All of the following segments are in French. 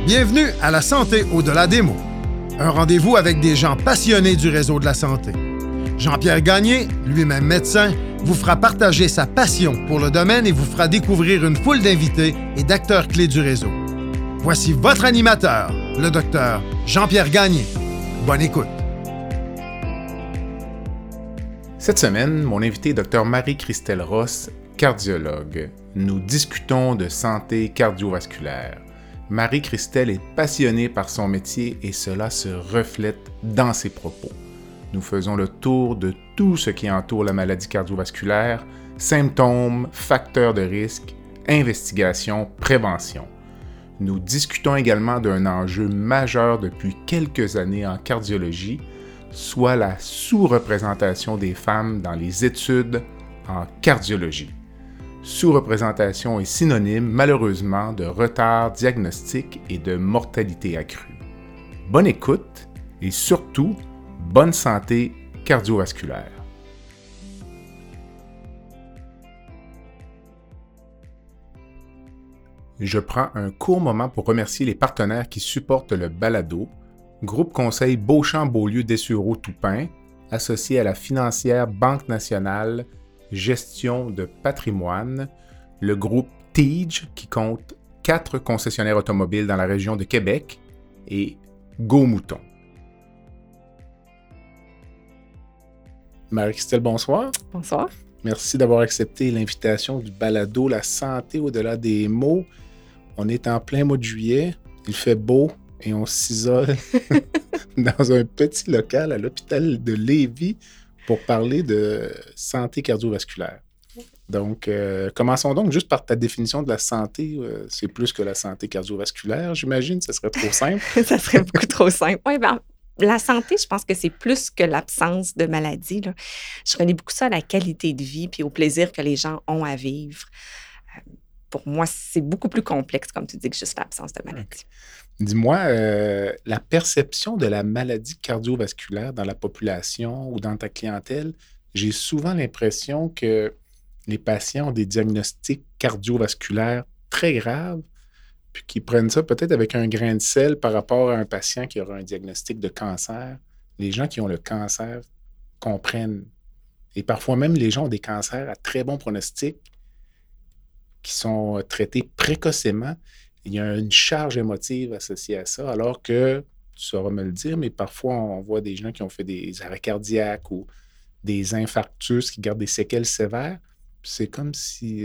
Bienvenue à La santé au-delà des mots. Un rendez-vous avec des gens passionnés du réseau de la santé. Jean-Pierre Gagné, lui-même médecin, vous fera partager sa passion pour le domaine et vous fera découvrir une foule d'invités et d'acteurs clés du réseau. Voici votre animateur, le docteur Jean-Pierre Gagné. Bonne écoute. Cette semaine, mon invité est Dr Marie-Christelle Ross, cardiologue. Nous discutons de santé cardiovasculaire. Marie-Christelle est passionnée par son métier et cela se reflète dans ses propos. Nous faisons le tour de tout ce qui entoure la maladie cardiovasculaire, symptômes, facteurs de risque, investigation, prévention. Nous discutons également d'un enjeu majeur depuis quelques années en cardiologie, soit la sous-représentation des femmes dans les études en cardiologie. Sous-représentation est synonyme, malheureusement, de retard diagnostique et de mortalité accrue. Bonne écoute et surtout, bonne santé cardiovasculaire. Je prends un court moment pour remercier les partenaires qui supportent le balado, Groupe Conseil Beauchamp-Beaulieu-Dessureau-Toupin, associé à la financière Banque nationale, Gestion de patrimoine, le groupe TIGE qui compte 4 concessionnaires automobiles dans la région de Québec et Go Mouton. Marie-Christelle, bonsoir. Bonsoir. Merci d'avoir accepté l'invitation du balado La santé au-delà des mots. On est en plein mois de juillet, il fait beau et on s'isole dans un petit local à l'hôpital de Lévis pour parler de santé cardiovasculaire. Donc, commençons donc juste par ta définition de la santé. C'est plus que la santé cardiovasculaire, j'imagine. Ça serait trop simple. Ça serait beaucoup trop simple. Oui, ben, la santé, je pense que c'est plus que l'absence de maladie, là. Je relie beaucoup ça à la qualité de vie puis au plaisir que les gens ont à vivre. Pour moi, c'est beaucoup plus complexe, comme tu dis, que juste l'absence de maladie. Okay. Dis-moi, la perception de la maladie cardiovasculaire dans la population ou dans ta clientèle, j'ai souvent l'impression que les patients ont des diagnostics cardiovasculaires très graves, puis qu'ils prennent ça peut-être avec un grain de sel par rapport à un patient qui aura un diagnostic de cancer. Les gens qui ont le cancer comprennent. Et parfois même, les gens ont des cancers à très bon pronostic qui sont traités précocement. Il y a une charge émotive associée à ça, alors que, tu sauras me le dire, mais parfois, on voit des gens qui ont fait des arrêts cardiaques ou des infarctus qui gardent des séquelles sévères. C'est comme si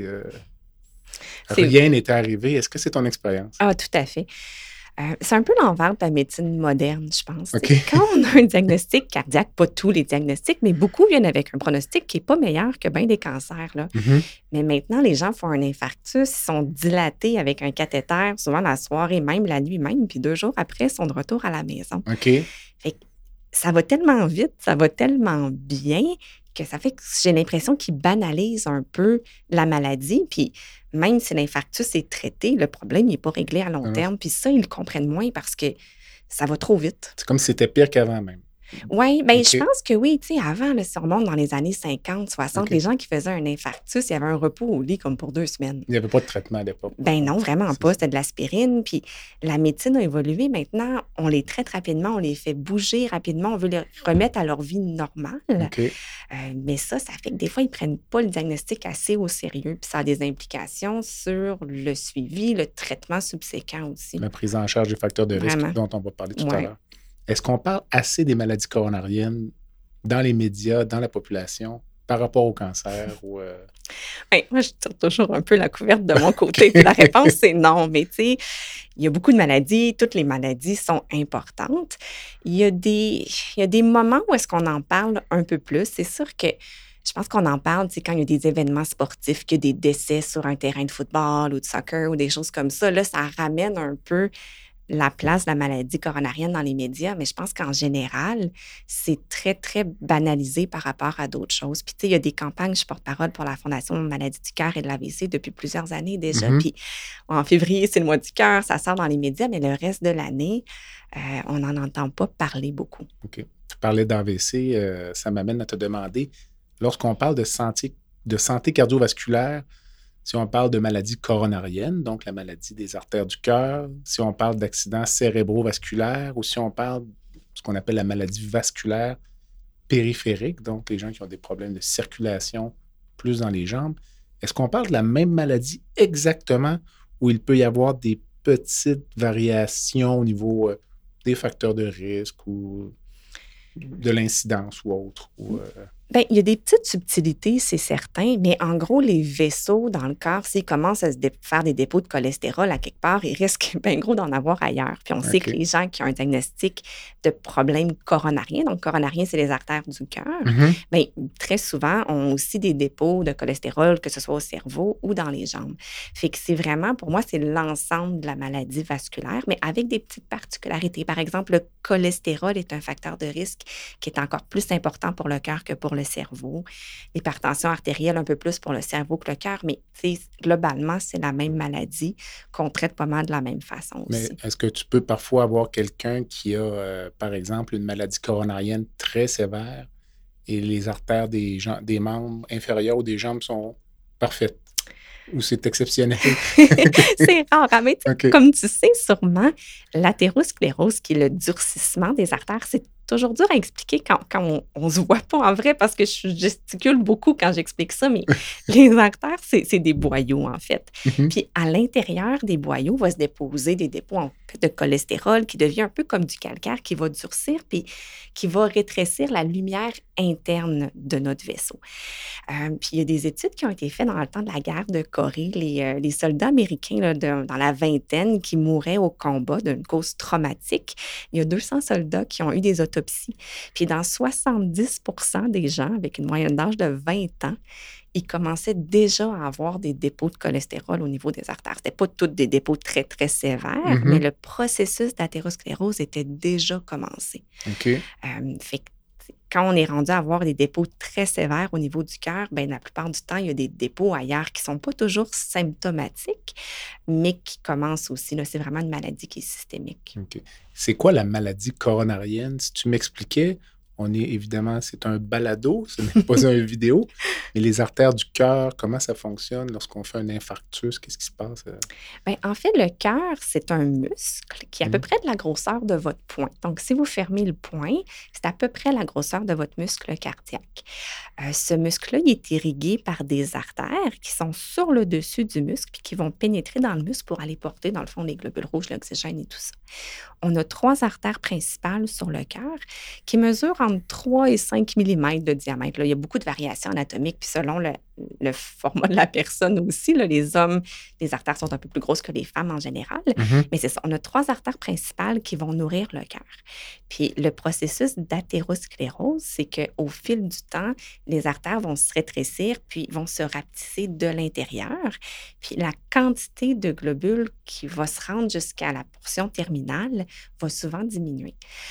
rien n'était arrivé. Est-ce que c'est ton expérience? Ah, tout à fait. C'est un peu l'envers de la médecine moderne, je pense. Okay. Quand on a un diagnostic cardiaque, pas tous les diagnostics, mais beaucoup viennent avec un pronostic qui n'est pas meilleur que bien des cancers, là. Mm-hmm. Mais maintenant, les gens font un infarctus, ils sont dilatés avec un cathéter, souvent la soirée même, la nuit même, puis 2 jours après, ils sont de retour à la maison. OK. Fait que ça va tellement vite, ça va tellement bien que ça fait que j'ai l'impression qu'ils banalisent un peu la maladie. Puis même si l'infarctus est traité, le problème n'est pas réglé à long terme. Puis ça, ils le comprennent moins parce que ça va trop vite. C'est comme si c'était pire qu'avant même. Oui, bien, Okay. je pense que oui. Tu sais, avant, là, si on remonte dans les années 50, 60, Okay. les gens qui faisaient un infarctus, il y avait un repos au lit comme pour 2 semaines. Il n'y avait pas de traitement à l'époque. Ben non, vraiment pas. C'était de l'aspirine. Puis la médecine a évolué. Maintenant, on les traite rapidement, on les fait bouger rapidement, on veut les remettre à leur vie normale. Okay. Mais ça fait que des fois, ils ne prennent pas le diagnostic assez au sérieux. Puis ça a des implications sur le suivi, le traitement subséquent aussi. La prise en charge des facteurs de risque Vraiment. dont on va parler tout à l'heure. Est-ce qu'on parle assez des maladies coronariennes dans les médias, dans la population, par rapport au cancer? Ben, moi, je tire toujours un peu la couverte de mon côté. Puis la réponse, c'est non. Mais tu sais, il y a beaucoup de maladies. Toutes les maladies sont importantes. Il y a des moments où est-ce qu'on en parle un peu plus. C'est sûr que je pense qu'on en parle, quand il y a des événements sportifs, qu'il y a des décès sur un terrain de football ou de soccer ou des choses comme ça. Là, ça ramène un peu la place de la maladie coronarienne dans les médias, mais je pense qu'en général, c'est très, très banalisé par rapport à d'autres choses. Puis, tu sais, il y a des campagnes, je suis porte-parole pour la Fondation Maladie du cœur et de l'AVC depuis plusieurs années déjà. Mm-hmm. Puis, en février, c'est le mois du cœur, ça sort dans les médias, mais le reste de l'année, on n'en entend pas parler beaucoup. OK. Tu parlais d'AVC, ça m'amène à te demander, lorsqu'on parle de santé cardiovasculaire, si on parle de maladie coronarienne, donc la maladie des artères du cœur, si on parle d'accidents cérébrovasculaires ou si on parle de ce qu'on appelle la maladie vasculaire périphérique, donc les gens qui ont des problèmes de circulation plus dans les jambes. Est-ce qu'on parle de la même maladie exactement ou il peut y avoir des petites variations au niveau des facteurs de risque ou de l'incidence ou autre? Bien, il y a des petites subtilités, c'est certain, mais en gros, les vaisseaux dans le corps, s'ils commencent à faire des dépôts de cholestérol à quelque part, ils risquent bien gros d'en avoir ailleurs. Puis on sait que les gens qui ont un diagnostic de problème coronarien, donc coronarien, c'est les artères du cœur, bien, très souvent ont aussi des dépôts de cholestérol, que ce soit au cerveau ou dans les jambes. Fait que c'est vraiment, pour moi, c'est l'ensemble de la maladie vasculaire, mais avec des petites particularités. Par exemple, le cholestérol est un facteur de risque qui est encore plus important pour le cœur que pour le cerveau. L'hypertension artérielle, un peu plus pour le cerveau que le cœur, mais globalement, c'est la même maladie qu'on traite pas mal de la même façon aussi. Mais est-ce que tu peux parfois avoir quelqu'un qui a, par exemple, une maladie coronarienne très sévère et les artères des membres inférieurs ou des jambes sont parfaites? Ou c'est exceptionnel? C'est rare. Mais comme tu sais sûrement, l'athérosclérose, qui est le durcissement des artères, c'est toujours dur à expliquer quand on ne se voit pas en vrai parce que je gesticule beaucoup quand j'explique ça, mais les artères, c'est des boyaux, en fait. Puis à l'intérieur des boyaux va se déposer des dépôts de cholestérol qui devient un peu comme du calcaire qui va durcir puis qui va rétrécir la lumière interne de notre vaisseau. Puis il y a des études qui ont été faites dans le temps de la guerre de Corée. Les soldats américains là, dans la vingtaine qui mouraient au combat d'une cause traumatique, il y a 200 soldats qui ont eu des autopsies. Puis dans 70% des gens avec une moyenne d'âge de 20 ans, ils commençaient déjà à avoir des dépôts de cholestérol au niveau des artères. C'était pas tous des dépôts très, très sévères, mais le processus d'athérosclérose était déjà commencé. Fait que quand on est rendu à avoir des dépôts très sévères au niveau du cœur, bien, la plupart du temps, il y a des dépôts ailleurs qui ne sont pas toujours symptomatiques, mais qui commencent aussi. Là, c'est vraiment une maladie qui est systémique. C'est quoi la maladie coronarienne? Si tu m'expliquais, évidemment, c'est un balado, ce n'est pas une vidéo, mais les artères du cœur, comment ça fonctionne lorsqu'on fait un infarctus? Qu'est-ce qui se passe? Bien, en fait, le cœur, c'est un muscle qui est à peu près de la grosseur de votre poing. Donc, si vous fermez le poing, c'est à peu près la grosseur de votre muscle cardiaque. Ce muscle-là, il est irrigué par des artères qui sont sur le dessus du muscle puis qui vont pénétrer dans le muscle pour aller porter, dans le fond, les globules rouges, l'oxygène et tout ça. On a 3 artères principales sur le cœur qui mesurent entre 3 et 5 mm de diamètre. Là, il y a beaucoup de variations anatomiques, puis selon le format de la personne aussi. Là, les hommes, les artères sont un peu plus grosses que les femmes en général. Mais c'est ça, on a 3 artères principales qui vont nourrir le cœur. Puis le processus d'athérosclérose, c'est qu'au fil du temps, les artères vont se rétrécir puis vont se rapetisser de l'intérieur. Puis la quantité de globules qui va se rendre jusqu'à la portion terminale va souvent diminuer.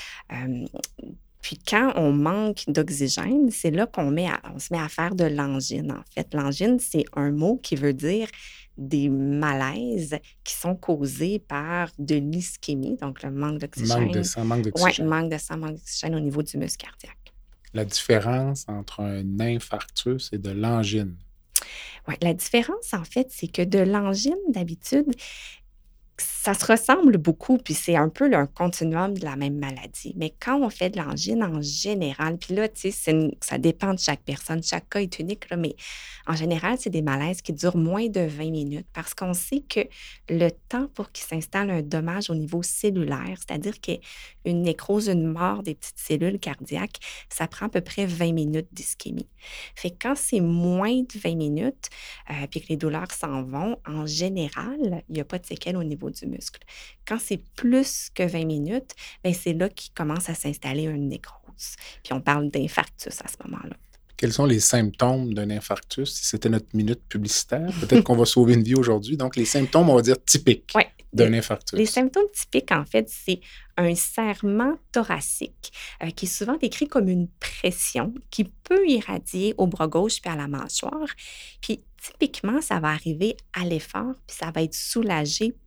Puis quand on manque d'oxygène, c'est là qu'on se met à faire de l'angine, en fait. L'angine, c'est un mot qui veut dire des malaises qui sont causés par de l'ischémie, donc le manque d'oxygène. Manque de sang, manque d'oxygène. Oui, manque de sang, manque d'oxygène au niveau du muscle cardiaque. La différence entre un infarctus et de l'angine? Oui, la différence, en fait, c'est que de l'angine, d'habitude, ça se ressemble beaucoup, puis c'est un peu un continuum de la même maladie. Mais quand on fait de l'angine en général, puis là, tu sais, ça dépend de chaque personne, chaque cas est unique, là, mais en général, c'est des malaises qui durent moins de 20 minutes parce qu'on sait que le temps pour qu'il s'installe un dommage au niveau cellulaire, c'est-à-dire qu'il y ait une nécrose, une mort des petites cellules cardiaques, ça prend à peu près 20 minutes d'ischémie. Fait que quand c'est moins de 20 minutes, puis que les douleurs s'en vont, en général, il n'y a pas de séquelles au niveau du muscle. Quand c'est plus que 20 minutes, bien, c'est là qu'il commence à s'installer une nécrose. Puis on parle d'infarctus à ce moment-là. Quels sont les symptômes d'un infarctus? Si c'était notre minute publicitaire, peut-être qu'on va sauver une vie aujourd'hui. Donc, les symptômes, on va dire typiques d'un infarctus. Les symptômes typiques, en fait, c'est un serrement thoracique qui est souvent décrit comme une pression qui peut irradier au bras gauche puis à la mâchoire. Puis, typiquement, ça va arriver à l'effort puis ça va être soulagé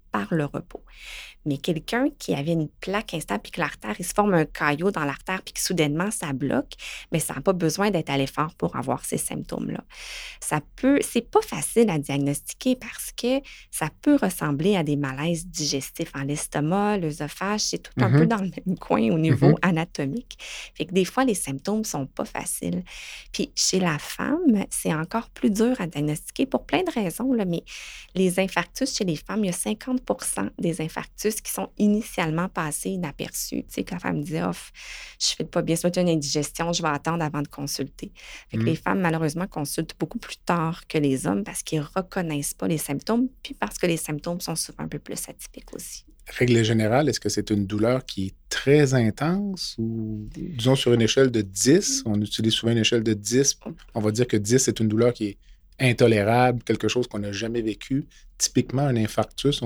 par le repos. Mais quelqu'un qui avait une plaque instable puis que l'artère, il se forme un caillot dans l'artère puis que soudainement ça bloque, mais ça n'a pas besoin d'être allé fort pour avoir ces symptômes-là. C'est pas facile à diagnostiquer parce que ça peut ressembler à des malaises digestifs en l'estomac, l'œsophage, c'est tout un peu Mhm, dans le même coin au niveau mhm. anatomique. Fait que des fois, les symptômes sont pas faciles. Puis chez la femme, c'est encore plus dur à diagnostiquer pour plein de raisons, là, mais les infarctus chez les femmes, il y a 50 des infarctus qui sont initialement passés inaperçus. Tu sais, que la femme dit, oh, je fais pas bien, c'est une indigestion, je vais attendre avant de consulter. Fait que les Mm. femmes, malheureusement, consultent beaucoup plus tard que les hommes parce qu'ils ne reconnaissent pas les symptômes, puis parce que les symptômes sont souvent un peu plus atypiques aussi. Règle générale, est-ce que c'est une douleur qui est très intense ou, disons, sur une échelle de 10, on utilise souvent une échelle de 10, on va dire que 10, c'est une douleur qui est intolérable, quelque chose qu'on n'a jamais vécu. Typiquement, un infarctus,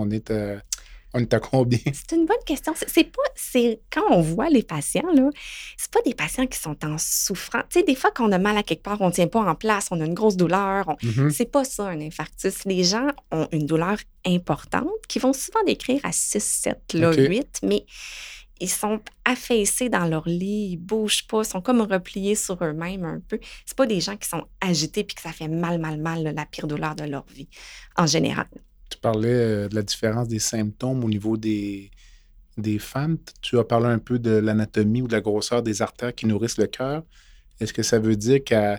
on est à combien? C'est une bonne question. Quand on voit les patients, là, c'est pas des patients qui sont en souffrance. Tu sais, des fois, quand on a mal à quelque part, on tient pas en place, on a une grosse douleur. Mhm. C'est pas ça, un infarctus. Les gens ont une douleur importante qui vont souvent décrire à 6, 7, là, OK. 8, mais ils sont affaissés dans leur lit, ils bougent pas, sont comme repliés sur eux-mêmes un peu. C'est pas des gens qui sont agités puis que ça fait mal, mal, mal, là, la pire douleur de leur vie, en général. Tu parlais de la différence des symptômes au niveau des femmes. Tu as parlé un peu de l'anatomie ou de la grosseur des artères qui nourrissent le cœur. Est-ce que ça veut dire qu'à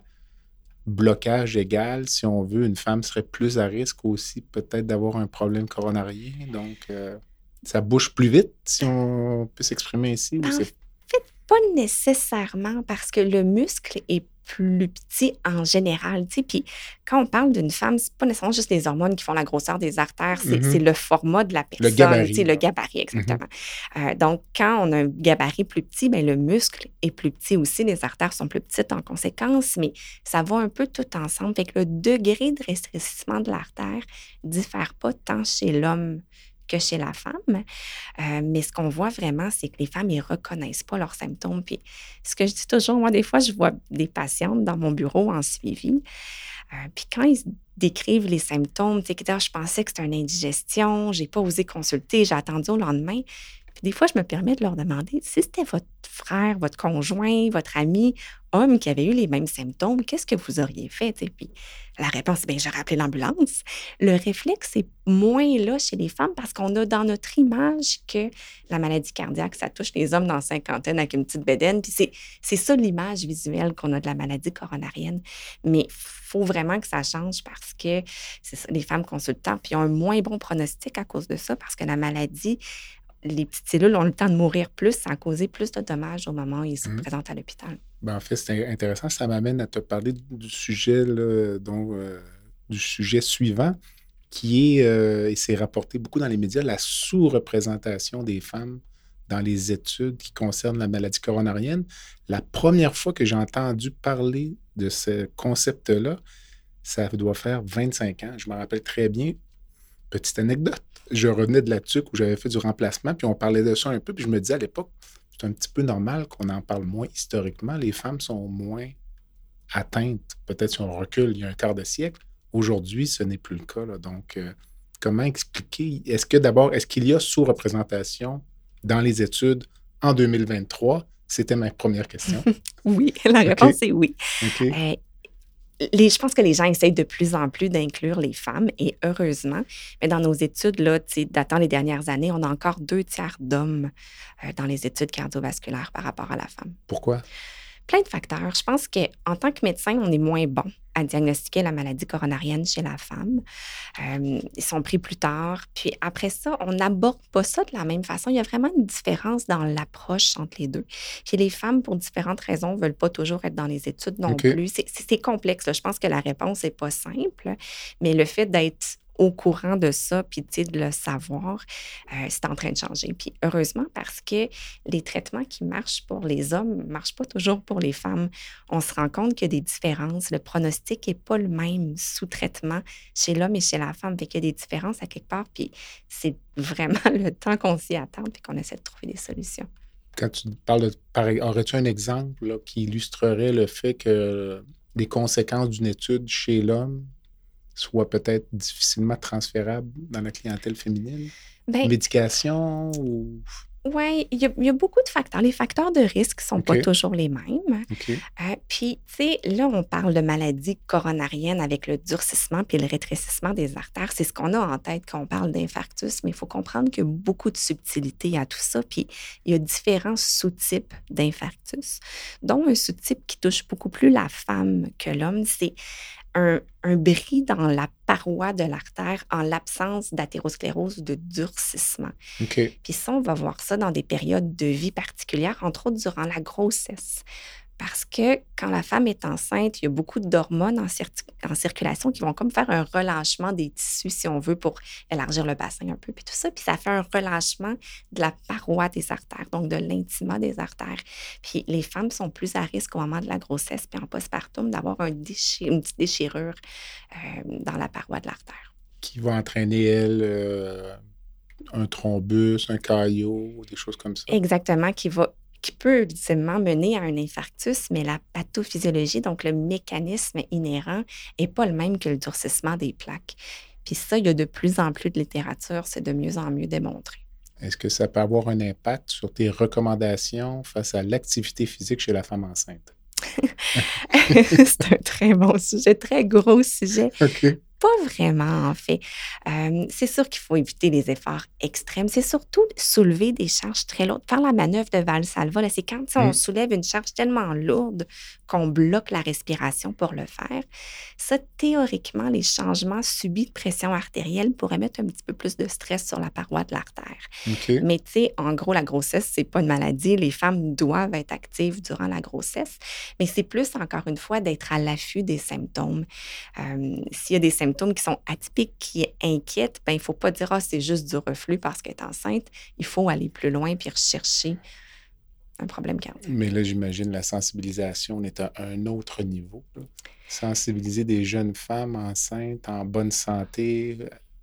blocage égal, si on veut, une femme serait plus à risque aussi peut-être d'avoir un problème coronarien? Donc, ça bouge plus vite, si on peut s'exprimer ici, ou En c'est... fait, pas nécessairement parce que le muscle est plus petit en général, tu sais. Puis quand on parle d'une femme, c'est pas nécessairement juste les hormones qui font la grosseur des artères, c'est Mhm. le format de la Le personne, tu sais, gabarit, le là. gabarit Mhm. exactement. Donc, quand on a un gabarit plus petit, ben le muscle est plus petit aussi, les artères sont plus petites en conséquence, mais ça va un peu tout ensemble. Fait que le degré de rétrécissement de l'artère diffère pas tant chez l'homme que chez la femme. Mais ce qu'on voit vraiment, c'est que les femmes, ils reconnaissent pas leurs symptômes. Puis ce que je dis toujours, moi, des fois, je vois des patientes dans mon bureau en suivi. Puis quand ils décrivent les symptômes, tu sais, qu'ils disent: «Ah, je pensais que c'était une indigestion, j'ai pas osé consulter, j'ai attendu au lendemain». Puis des fois, je me permets de leur demander: «Si c'était votre frère, votre conjoint, votre ami, homme qui avait eu les mêmes symptômes, qu'est-ce que vous auriez fait?» Tu sais, puis la réponse, c'est: «Bien, j'aurais appelé l'ambulance». Le réflexe est moins là chez les femmes parce qu'on a dans notre image que la maladie cardiaque, ça touche les hommes dans la cinquantaine avec une petite bédaine. Puis c'est ça l'image visuelle qu'on a de la maladie coronarienne. Mais il faut vraiment que ça change parce que c'est ça, les femmes consultantes puis ont un moins bon pronostic à cause de ça parce que la maladie, les petites cellules ont le temps de mourir plus, ça a causé plus de dommages au moment où ils se Mhm. présentent à l'hôpital. Ben, en fait, c'est intéressant. Ça m'amène à te parler du sujet, là, du sujet suivant, qui est, et c'est rapporté beaucoup dans les médias, la sous-représentation des femmes dans les études qui concernent la maladie coronarienne. La première fois que j'ai entendu parler de ce concept-là, ça doit faire 25 ans. Je me rappelle très bien. Petite anecdote. Je revenais de la TUC où j'avais fait du remplacement, puis on parlait de ça un peu, puis je me disais à l'époque, c'est un petit peu normal qu'on en parle moins historiquement. Les femmes sont moins atteintes. Peut-être si on recule il y a un quart de siècle. Aujourd'hui, ce n'est plus le cas, là. Donc, comment expliquer? Est-ce qu'il y a sous-représentation dans les études en 2023? C'était ma première question. Oui, la OK, réponse est oui. OK. Euh, je pense que les gens essayent de plus en plus d'inclure les femmes et heureusement, mais dans nos études, là, tu sais, datant les dernières années, on a encore 2 tiers d'hommes dans les études cardiovasculaires par rapport à la femme. Pourquoi? Plein de facteurs. Je pense qu'en tant que médecin, on est moins bon à diagnostiquer la maladie coronarienne chez la femme. Ils sont pris plus tard. Puis après ça, on n'aborde pas ça de la même façon. Il y a vraiment une différence dans l'approche entre les deux. Puis les femmes, pour différentes raisons, ne veulent pas toujours être dans les études non OK. plus. C'est complexe, là. Je pense que la réponse n'est pas simple, mais le fait d'être au courant de ça, puis tu sais, de le savoir, c'est en train de changer. Puis heureusement, parce que les traitements qui marchent pour les hommes ne marchent pas toujours pour les femmes. On se rend compte qu'il y a des différences. Le pronostic n'est pas le même sous traitement chez l'homme et chez la femme. Fait qu'il y a des différences à quelque part, puis c'est vraiment le temps qu'on s'y attend puis qu'on essaie de trouver des solutions. Quand tu parles aurais-tu un exemple là, qui illustrerait le fait que les conséquences d'une étude chez l'homme soient peut-être difficilement transférables dans la clientèle féminine? Ben, Médication ou... ouais, il y a beaucoup de facteurs. Les facteurs de risque sont pas OK, toujours les mêmes. OK. Puis, tu sais, là, on parle de maladies coronariennes avec le durcissement puis le rétrécissement des artères. C'est ce qu'on a en tête quand on parle d'infarctus, mais il faut comprendre qu'il y a beaucoup de subtilité à tout ça. Puis, il y a différents sous-types d'infarctus, dont un sous-type qui touche beaucoup plus la femme que l'homme. C'est un bris dans la paroi de l'artère en l'absence d'athérosclérose ou de durcissement. OK. Puis ça, on va voir ça dans des périodes de vie particulières, entre autres durant la grossesse. Parce que quand la femme est enceinte, il y a beaucoup d'hormones en circulation qui vont comme faire un relâchement des tissus, si on veut, pour élargir le bassin un peu, puis tout ça. Puis ça fait un relâchement de la paroi des artères, donc de l'intima des artères. Puis les femmes sont plus à risque au moment de la grossesse, puis en postpartum, d'avoir une petite déchirure dans la paroi de l'artère. Qui va entraîner, elle, un thrombus, un caillot, des choses comme ça? Exactement, qui peut ultimement mener à un infarctus, mais la pathophysiologie, donc le mécanisme inhérent, n'est pas le même que le durcissement des plaques. Puis ça, il y a de plus en plus de littérature, c'est de mieux en mieux démontré. Est-ce que ça peut avoir un impact sur tes recommandations face à l'activité physique chez la femme enceinte? C'est un très bon sujet, très gros sujet. OK. Pas vraiment, en fait. C'est sûr qu'il faut éviter les efforts extrêmes. C'est surtout soulever des charges très lourdes. Faire la manœuvre de Valsalva, là, c'est quand tu sais, on Mmh. soulève une charge tellement lourde qu'on bloque la respiration pour le faire. Ça, théoriquement, les changements subis de pression artérielle pourraient mettre un petit peu plus de stress sur la paroi de l'artère. OK. Mais tu sais, en gros, la grossesse, c'est pas une maladie. Les femmes doivent être actives durant la grossesse. Mais c'est plus, encore une fois, d'être à l'affût des symptômes. S'il y a des symptômes qui sont atypiques, qui inquiètent, ben, il ne faut pas dire, ah, c'est juste du reflux parce qu'elle est enceinte. Il faut aller plus loin puis rechercher un problème cardiaque. Mais là, j'imagine la sensibilisation est à un autre niveau, là. Sensibiliser des jeunes femmes enceintes en bonne santé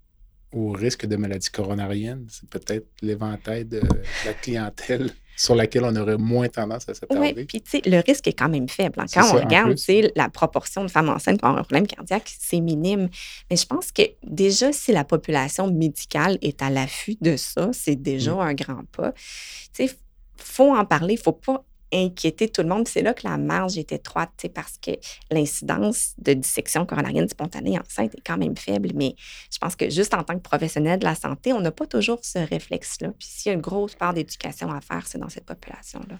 au risque de maladies coronariennes, c'est peut-être l'éventail de la clientèle sur laquelle on aurait moins tendance à Oui, s'attarder. puis tu sais, le risque est quand même faible, hein. C'est Quand on ça, en regarde, tu plus. sais, la proportion de femmes enceintes qui ont un problème cardiaque, c'est minime. Mais je pense que déjà, si la population médicale est à l'affût de ça, c'est déjà Mmh. un grand pas. Tu sais, faut en parler, faut pas inquiéter tout le monde. C'est là que la marge est étroite, tu sais, parce que l'incidence de dissection coronarienne spontanée enceinte est quand même faible. Mais je pense que juste en tant que professionnel de la santé, on n'a pas toujours ce réflexe-là. Puis s'il y a une grosse part d'éducation à faire, c'est dans cette population-là.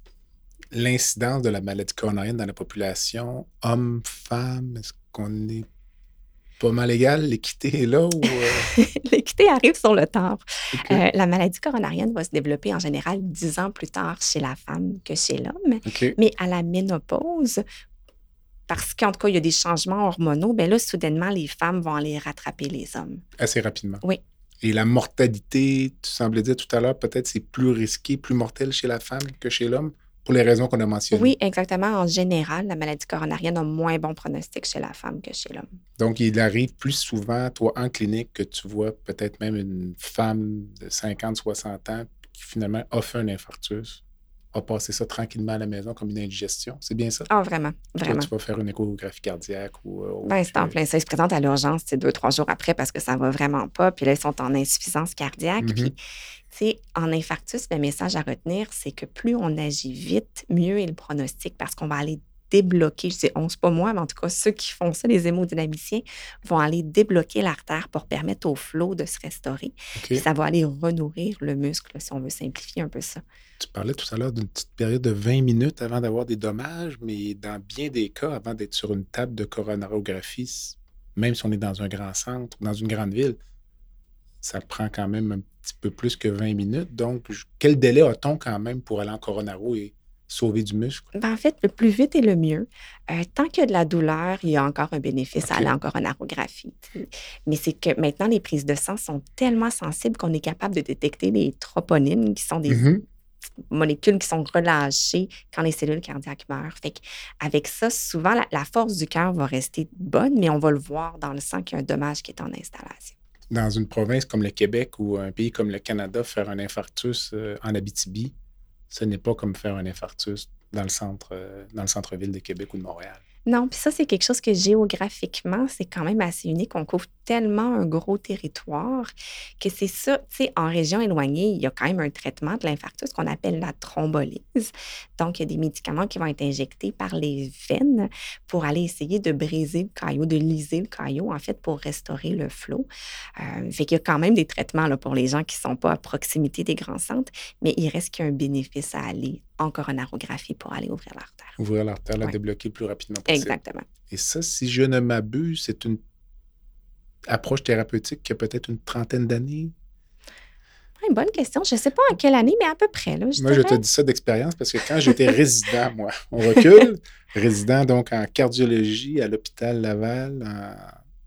L'incidence de la maladie coronarienne dans la population, hommes, femmes, est-ce qu'on est pas mal égal? L'équité est là ou L'équité arrive sur le tard. OK. La maladie coronarienne va se développer en général 10 ans plus tard chez la femme que chez l'homme. OK. Mais à la ménopause, parce qu'en tout cas, il y a des changements hormonaux, bien là, soudainement, les femmes vont aller rattraper les hommes. Assez rapidement. Oui. Et la mortalité, tu semblais dire tout à l'heure, peut-être c'est plus risqué, plus mortel chez la femme que chez l'homme, pour les raisons qu'on a mentionnées. Oui, exactement. En général, la maladie coronarienne a moins bon pronostic chez la femme que chez l'homme. Donc, il arrive plus souvent, toi, en clinique, que tu vois peut-être même une femme de 50, 60 ans qui finalement a fait un infarctus, a passé ça tranquillement à la maison comme une indigestion. C'est bien ça? Ah, vraiment, Toi, vraiment. tu vas faire une échographie cardiaque ou Ben, c'est en plein ça. Ils se présentent à l'urgence, c'est 2, 3 jours après parce que ça va vraiment pas. Puis là, ils sont en insuffisance cardiaque. Puis, Mhm. tu sais, en infarctus, le message à retenir, c'est que plus on agit vite, mieux est le pronostic parce qu'on va aller débloquer, je dis on, c'est pas moi, mais en tout cas, ceux qui font ça, les hémodynamiciens, vont aller débloquer l'artère pour permettre au flot de se restaurer. OK. Puis ça va aller renourrir le muscle, si on veut simplifier un peu ça. Tu parlais tout à l'heure d'une petite période de 20 minutes avant d'avoir des dommages, mais dans bien des cas, avant d'être sur une table de coronarographie, même si on est dans un grand centre ou dans une grande ville, ça prend quand même un petit peu plus que 20 minutes. Donc, quel délai a-t-on quand même pour aller en coronaro et sauver du muscle? Ben, en fait, le plus vite est le mieux. Tant qu'il y a de la douleur, il y a encore un bénéfice à OK. aller en coronarographie, tu sais. Mais c'est que maintenant, les prises de sang sont tellement sensibles qu'on est capable de détecter les troponines, qui sont des Mhm. molécules qui sont relâchées quand les cellules cardiaques meurent. Fait qu'avec ça, souvent, la force du cœur va rester bonne, mais on va le voir dans le sang qu'il y a un dommage qui est en installation. Dans une province comme le Québec ou un pays comme le Canada, faire un infarctus en Abitibi, ce n'est pas comme faire un infarctus dans le centre-ville de Québec ou de Montréal. Non, puis ça, c'est quelque chose que géographiquement, c'est quand même assez unique. On couvre tellement un gros territoire que c'est ça. Tu sais, en région éloignée, il y a quand même un traitement de l'infarctus qu'on appelle la thrombolyse. Donc, il y a des médicaments qui vont être injectés par les veines pour aller essayer de briser le caillot, de liser le caillot, en fait, pour restaurer le flot. Fait qu'il y a quand même des traitements là, pour les gens qui ne sont pas à proximité des grands centres, mais il reste qu'il y a un bénéfice à aller en coronarographie pour aller ouvrir l'artère. Ouvrir l'artère, la Ouais. débloquer le plus rapidement possible. Exactement. Et ça, si je ne m'abuse, c'est une approche thérapeutique qui a peut-être une trentaine d'années. Ouais, bonne question. Je ne sais pas en quelle année, mais à peu près. Là, Moi, je te dis ça d'expérience parce que quand j'étais résident, moi, on recule, résident donc en cardiologie à l'hôpital Laval en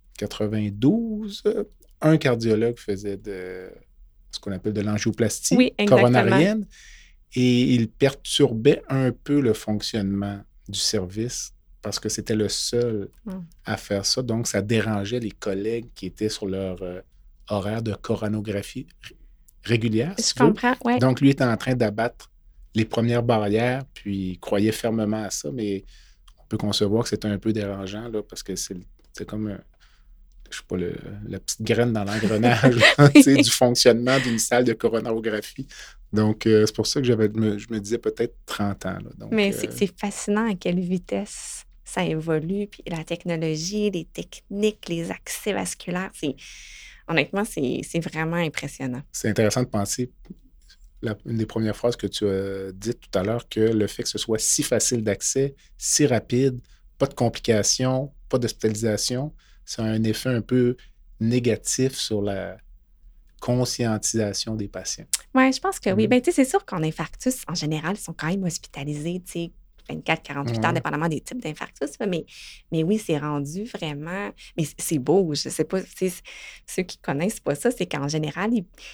92, un cardiologue faisait de ce qu'on appelle de l'angioplastie Oui, exactement. coronarienne et il perturbait un peu le fonctionnement du service parce que c'était le seul à faire ça. Donc, ça dérangeait les collègues qui étaient sur leur horaire de coronographie régulière. Je comprends, oui. Donc, lui était en train d'abattre les premières barrières, puis il croyait fermement à ça, mais on peut concevoir que c'était un peu dérangeant, là, parce que c'est comme, je sais pas, la petite graine dans l'engrenage du fonctionnement d'une salle de coronarographie. Donc, c'est pour ça que je me disais peut-être 30 ans. Là. Donc, mais c'est fascinant à quelle vitesse ça évolue, puis la technologie, les techniques, les accès vasculaires, honnêtement, c'est vraiment impressionnant. C'est intéressant de penser, une des premières phrases que tu as dites tout à l'heure, que le fait que ce soit si facile d'accès, si rapide, pas de complications, pas d'hospitalisation, ça a un effet un peu négatif sur la conscientisation des patients. Oui, je pense que oui. Ben, tu sais, c'est sûr qu'en infarctus, en général, ils sont quand même hospitalisés, tu sais, 24-48 heures, dépendamment des types d'infarctus. Mais oui, c'est rendu vraiment... Mais c'est beau, je sais pas, ceux qui connaissent pas ça, c'est qu'en général,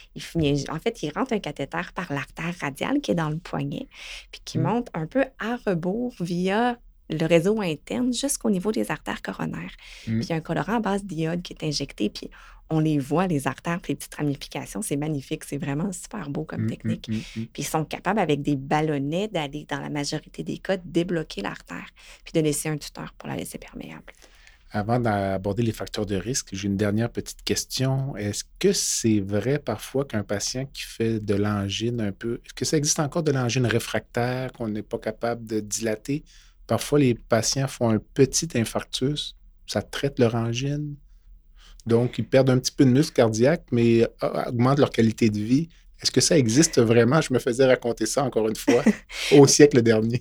en fait, ils rentrent un cathéter par l'artère radiale qui est dans le poignet, puis qui monte un peu à rebours via le réseau interne jusqu'au niveau des artères coronaires. Puis il y a un colorant à base d'iode qui est injecté, puis on les voit, les artères, puis les petites ramifications, c'est magnifique, c'est vraiment super beau comme technique. Puis ils sont capables, avec des ballonnets, d'aller, dans la majorité des cas, débloquer l'artère, puis de laisser un tuteur pour la laisser perméable. Avant d'aborder les facteurs de risque, j'ai une dernière petite question. Est-ce que c'est vrai parfois qu'un patient qui fait de l'angine un peu... Est-ce que ça existe encore de l'angine réfractaire qu'on n'est pas capable de dilater? Parfois, les patients font un petit infarctus, ça traite leur angine. Donc, ils perdent un petit peu de muscle cardiaque, mais augmentent leur qualité de vie. Est-ce que ça existe vraiment? Je me faisais raconter ça encore une fois au siècle dernier.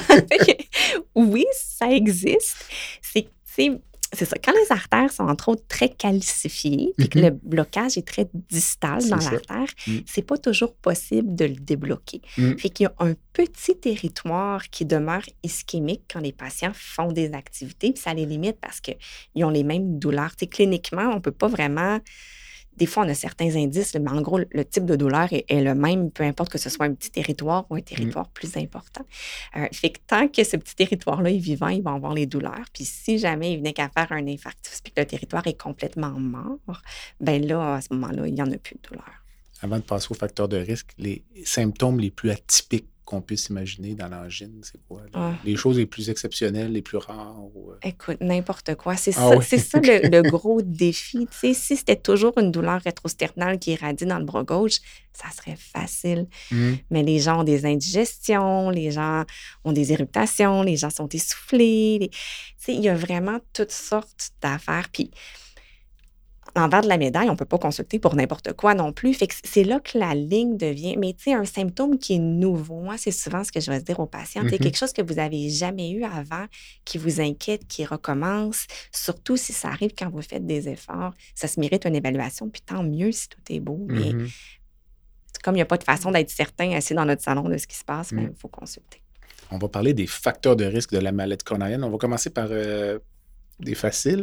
Oui, ça existe. C'est ça. Quand les artères sont, entre autres, très calcifiées, puis que le blocage est très distal dans l'artère, c'est pas toujours possible de le débloquer. Fait qu'il y a un petit territoire qui demeure ischémique quand les patients font des activités, puis ça les limite parce qu'ils ont les mêmes douleurs. Tu sais, cliniquement, on peut pas vraiment... Des fois, on a certains indices, mais en gros, le type de douleur est le même, peu importe que ce soit un petit territoire ou un territoire plus important. Fait que tant que ce petit territoire-là est vivant, il va avoir les douleurs. Puis si jamais il venait qu'à faire un infarctus puis que le territoire est complètement mort, ben là, à ce moment-là, il n'y en a plus de douleur. Avant de passer aux facteurs de risque, les symptômes les plus atypiques qu'on puisse imaginer dans l'angine, c'est quoi? Les choses les plus exceptionnelles, les plus rares? Écoute, n'importe quoi. C'est ça le gros défi. Tu sais, si c'était toujours une douleur rétrosternale qui irradie dans le bras gauche, ça serait facile. Mais les gens ont des indigestions, les gens ont des irritations, les gens sont essoufflés. Tu sais, il y a vraiment toutes sortes d'affaires. Puis, l'envers de la médaille, on ne peut pas consulter pour n'importe quoi non plus. Fait que c'est là que la ligne devient... Mais tu sais, un symptôme qui est nouveau, moi, c'est souvent ce que je vais dire aux patients. Tu sais, quelque chose que vous n'avez jamais eu avant, qui vous inquiète, qui recommence, surtout si ça arrive quand vous faites des efforts, ça se mérite une évaluation, puis tant mieux si tout est beau. Mais comme il n'y a pas de façon d'être certain assis dans notre salon de ce qui se passe, il faut consulter. On va parler des facteurs de risque de la maladie coronarienne. On va commencer par des faciles.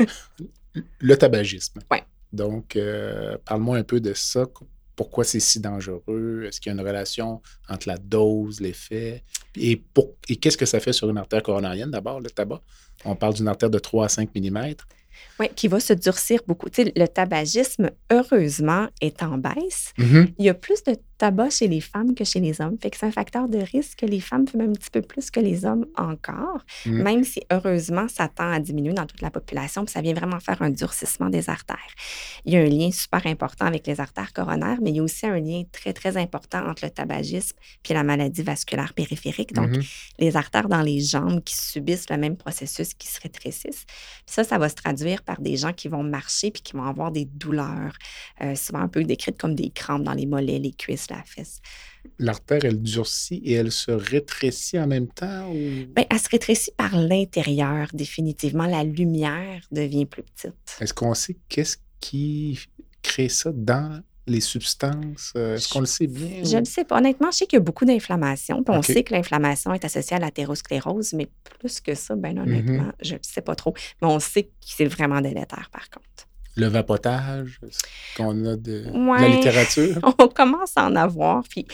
Le tabagisme. Oui. Donc, parle-moi un peu de ça. Pourquoi c'est si dangereux? Est-ce qu'il y a une relation entre la dose, l'effet? Et qu'est-ce que ça fait sur une artère coronarienne, d'abord, le tabac? On parle d'une artère de 3 à 5 mm. Oui, qui va se durcir beaucoup. Tu sais, le tabagisme, heureusement, est en baisse. Il y a plus de tabac chez les femmes que chez les hommes. Fait que c'est un facteur de risque que les femmes fument un petit peu plus que les hommes encore, même si heureusement, ça tend à diminuer dans toute la population, puis ça vient vraiment faire un durcissement des artères. Il y a un lien super important avec les artères coronaires, mais il y a aussi un lien très, très important entre le tabagisme puis la maladie vasculaire périphérique. Donc, les artères dans les jambes qui subissent le même processus, qui se rétrécissent. Puis ça va se traduire par des gens qui vont marcher puis qui vont avoir des douleurs, souvent un peu décrites comme des crampes dans les mollets, les cuisses, la fesse. L'artère, elle durcit et elle se rétrécit en même temps? Ou... Bien, elle se rétrécit par l'intérieur, définitivement. La lumière devient plus petite. Est-ce qu'on sait qu'est-ce qui crée ça dans les substances? Est-ce qu'on le sait bien? Je ne le sais pas. Honnêtement, je sais qu'il y a beaucoup d'inflammation. Puis on sait que l'inflammation est associée à l'athérosclérose, mais plus que ça, bien honnêtement, je ne sais pas trop. Mais on sait que c'est vraiment délétère, par contre. Le vapotage, qu'on a de la littérature? On commence à en avoir. Puis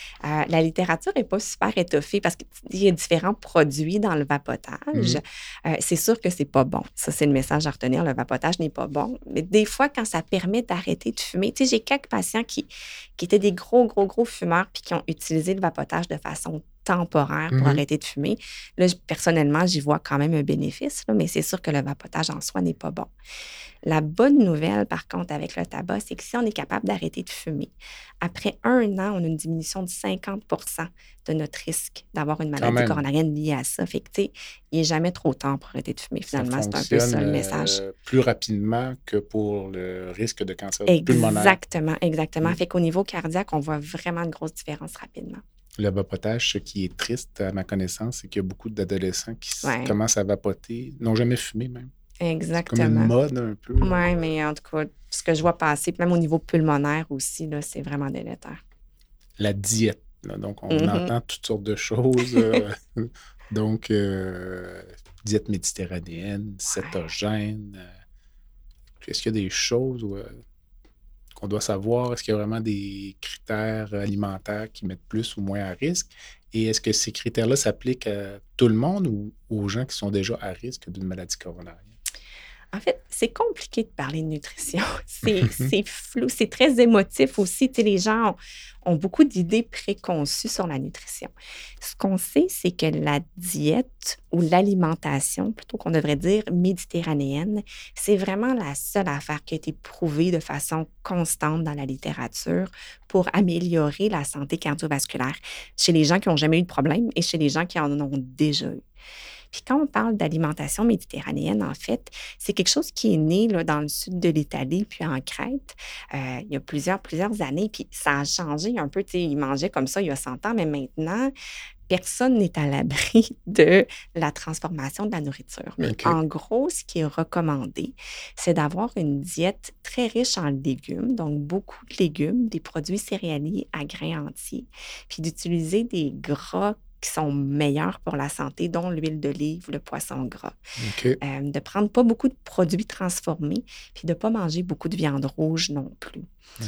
la littérature n'est pas super étoffée parce qu'il y a différents produits dans le vapotage. C'est sûr que c'est pas bon. Ça, c'est le message à retenir. Le vapotage n'est pas bon. Mais des fois, quand ça permet d'arrêter de fumer, tu sais, j'ai quelques patients qui étaient des gros fumeurs puis qui ont utilisé le vapotage de façon temporaire pour arrêter de fumer. Là, personnellement, j'y vois quand même un bénéfice, là, mais c'est sûr que le vapotage en soi n'est pas bon. La bonne nouvelle, par contre, avec le tabac, c'est que si on est capable d'arrêter de fumer, après 1 an, on a une diminution de 50 de notre risque d'avoir une maladie coronarienne liée à ça. Fait que, tu sais, il n'est jamais trop tard pour arrêter de fumer. Finalement, c'est un peu ça le message. Plus rapidement que pour le risque de cancer pulmonaire. Exactement. Fait qu'au niveau cardiaque, on voit vraiment une grosse différence rapidement. Le vapotage, ce qui est triste, à ma connaissance, c'est qu'il y a beaucoup d'adolescents qui commencent à vapoter, n'ont jamais fumé même. Exactement. C'est comme une mode un peu. Oui, mais en tout cas, ce que je vois passer, même au niveau pulmonaire aussi, là, c'est vraiment délétère. La diète. Là, donc, on entend toutes sortes de choses. Donc, diète méditerranéenne, cétogène. Est-ce qu'il y a des choses qu'on doit savoir? Est-ce qu'il y a vraiment des critères alimentaires qui mettent plus ou moins à risque? Et est-ce que ces critères-là s'appliquent à tout le monde ou aux gens qui sont déjà à risque d'une maladie coronarienne? En fait, c'est compliqué de parler de nutrition. C'est flou, c'est très émotif aussi. Tu sais, les gens ont beaucoup d'idées préconçues sur la nutrition. Ce qu'on sait, c'est que la diète ou l'alimentation, plutôt qu'on devrait dire méditerranéenne, c'est vraiment la seule affaire qui a été prouvée de façon constante dans la littérature pour améliorer la santé cardiovasculaire chez les gens qui n'ont jamais eu de problème et chez les gens qui en ont déjà eu. Puis quand on parle d'alimentation méditerranéenne, en fait, c'est quelque chose qui est né là, dans le sud de l'Italie, puis en Crète, il y a plusieurs années. Puis ça a changé un peu. Tu sais, ils mangeaient comme ça il y a 100 ans, mais maintenant, personne n'est à l'abri de la transformation de la nourriture. Mais en gros, ce qui est recommandé, c'est d'avoir une diète très riche en légumes, donc beaucoup de légumes, des produits céréaliers à grains entiers, puis d'utiliser des gras qui sont meilleurs pour la santé, dont l'huile d'olive, le poisson gras. De prendre pas beaucoup de produits transformés, puis de ne pas manger beaucoup de viande rouge non plus.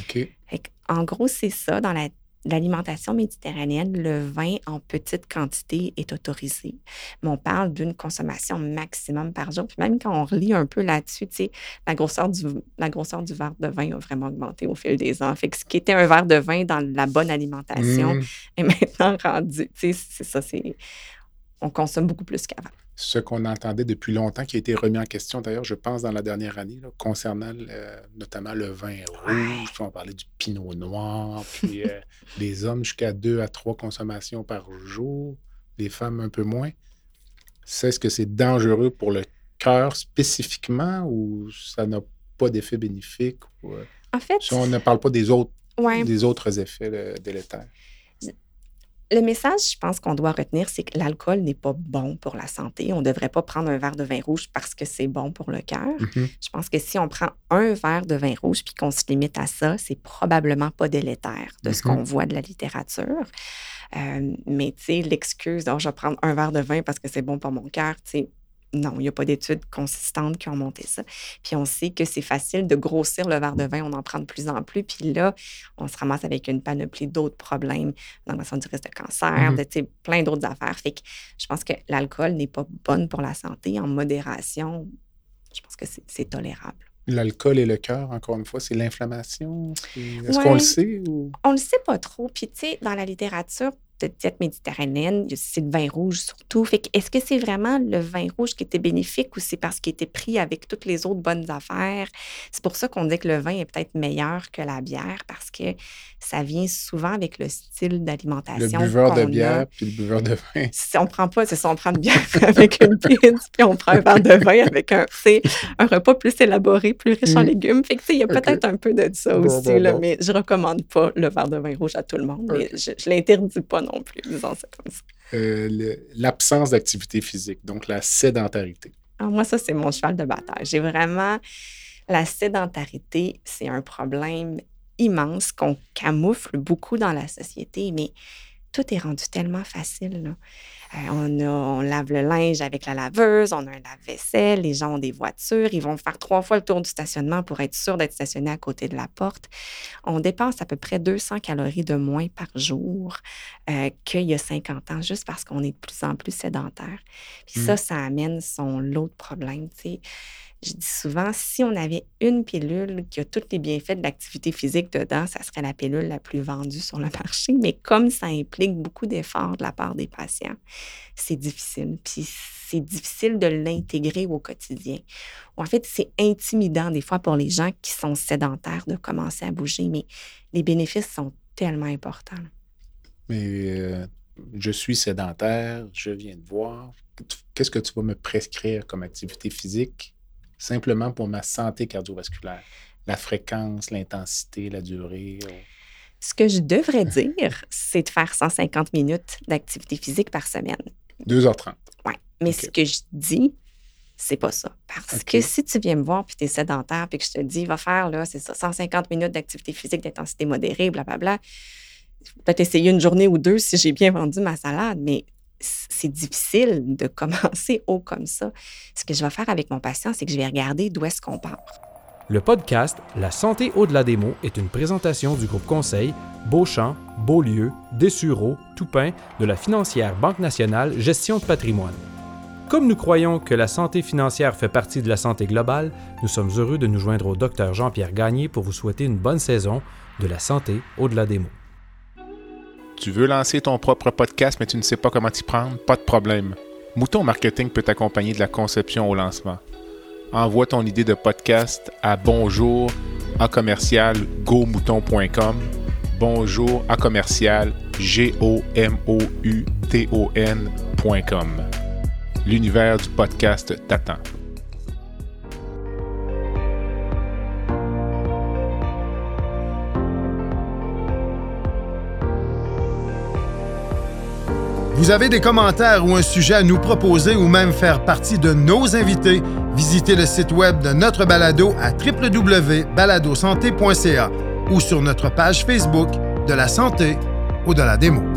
En gros, c'est ça. Dans l'alimentation méditerranéenne, le vin en petite quantité est autorisé. Mais on parle d'une consommation maximum par jour. Puis même quand on relit un peu là-dessus, tu sais, la grosseur du verre de vin a vraiment augmenté au fil des ans. Fait que ce qui était un verre de vin dans la bonne alimentation est maintenant rendu, tu sais, c'est ça, on consomme beaucoup plus qu'avant. Ce qu'on entendait depuis longtemps, qui a été remis en question, d'ailleurs, je pense, dans la dernière année, là, concernant notamment le vin rouge. On parlait du pinot noir, puis les hommes jusqu'à 2 à 3 consommations par jour, les femmes un peu moins. Est-ce que c'est dangereux pour le cœur spécifiquement ou ça n'a pas d'effet bénéfique? En fait... Si on ne parle pas des autres effets délétères. Le message, je pense qu'on doit retenir, c'est que l'alcool n'est pas bon pour la santé. On ne devrait pas prendre un verre de vin rouge parce que c'est bon pour le cœur. Je pense que si on prend un verre de vin rouge puis qu'on se limite à ça, c'est probablement pas délétère de ce qu'on voit de la littérature. Mais tu sais, l'excuse, je vais prendre un verre de vin parce que c'est bon pour mon cœur, tu sais, non, il n'y a pas d'études consistantes qui ont monté ça. Puis on sait que c'est facile de grossir le verre de vin, on en prend de plus en plus. Puis là, on se ramasse avec une panoplie d'autres problèmes, l'augmentation du risque de cancer, plein d'autres affaires. Fait que je pense que l'alcool n'est pas bonne pour la santé. En modération, je pense que c'est tolérable. L'alcool et le cœur, encore une fois, c'est l'inflammation? Est-ce qu'on le Ouais, sait? Ou... on le sait pas trop. Puis, tu sais, dans la littérature de diète méditerranéenne, c'est le vin rouge surtout. Fait que est-ce que c'est vraiment le vin rouge qui était bénéfique ou c'est parce qu'il était pris avec toutes les autres bonnes affaires? C'est pour ça qu'on dit que le vin est peut-être meilleur que la bière parce que ça vient souvent avec le style Le d'alimentation buveur de qu'on a. bière puis le buveur de vin. Si on prend pas, c'est ça, on prend une bière avec une pizza, puis on prend un verre de vin avec un repas plus élaboré, plus riche en Mm. légumes. Fait que, tu sais, il y a OK. peut-être un peu de ça Bon, aussi, bon, là, bon. mais je recommande pas le verre de vin rouge à tout le monde, mais OK. je l'interdis pas non plus, disons ça comme ça. L'absence d'activité physique, donc la sédentarité. Alors, moi, ça, c'est mon cheval de bataille. J'ai vraiment... La sédentarité, c'est un problème immense qu'on camoufle beaucoup dans la société, mais tout est rendu tellement facile, là. On lave le linge avec la laveuse, on a un lave-vaisselle, les gens ont des voitures, ils vont faire 3 fois le tour du stationnement pour être sûr d'être stationné à côté de la porte. On dépense à peu près 200 calories de moins par jour qu'il y a 50 ans, juste parce qu'on est de plus en plus sédentaire. Puis Mm. ça amène son lot de problèmes, tu sais. Je dis souvent, si on avait une pilule qui a tous les bienfaits de l'activité physique dedans, ça serait la pilule la plus vendue sur le marché. Mais comme ça implique beaucoup d'efforts de la part des patients, c'est difficile. Puis c'est difficile de l'intégrer au quotidien. Ou en fait, c'est intimidant des fois pour les gens qui sont sédentaires de commencer à bouger, mais les bénéfices sont tellement importants. Mais je suis sédentaire, je viens de voir. Qu'est-ce que tu vas me prescrire comme activité physique simplement pour ma santé cardiovasculaire? La fréquence, l'intensité, la durée. Ce que je devrais dire, c'est de faire 150 minutes d'activité physique par semaine. 2h30. Oui. Mais OK. ce que je dis, c'est pas ça. Parce OK. que si tu viens me voir puis tu es sédentaire puis que je te dis, va faire, là, c'est ça, 150 minutes d'activité physique d'intensité modérée, blablabla, je vais peut-être essayer une journée ou deux si j'ai bien vendu ma salade, mais c'est difficile de commencer haut comme ça. Ce que je vais faire avec mon patient, c'est que je vais regarder d'où est-ce qu'on part. Le podcast La santé au-delà des mots est une présentation du groupe conseil Beauchamp, Beaulieu, Dessureau, Toupin de la financière Banque nationale Gestion de patrimoine. Comme nous croyons que la santé financière fait partie de la santé globale, nous sommes heureux de nous joindre au Dr Jean-Pierre Gagné pour vous souhaiter une bonne saison de La santé au-delà des mots. Tu veux lancer ton propre podcast, mais tu ne sais pas comment t'y prendre? Pas de problème. Mouton Marketing peut t'accompagner de la conception au lancement. Envoie ton idée de podcast à bonjour@gomouton.com. bonjour@gomouton.com. L'univers du podcast t'attend. Vous avez des commentaires ou un sujet à nous proposer ou même faire partie de nos invités, visitez le site web de notre balado à www.baladosanté.ca ou sur notre page Facebook de la santé au-delà des mots.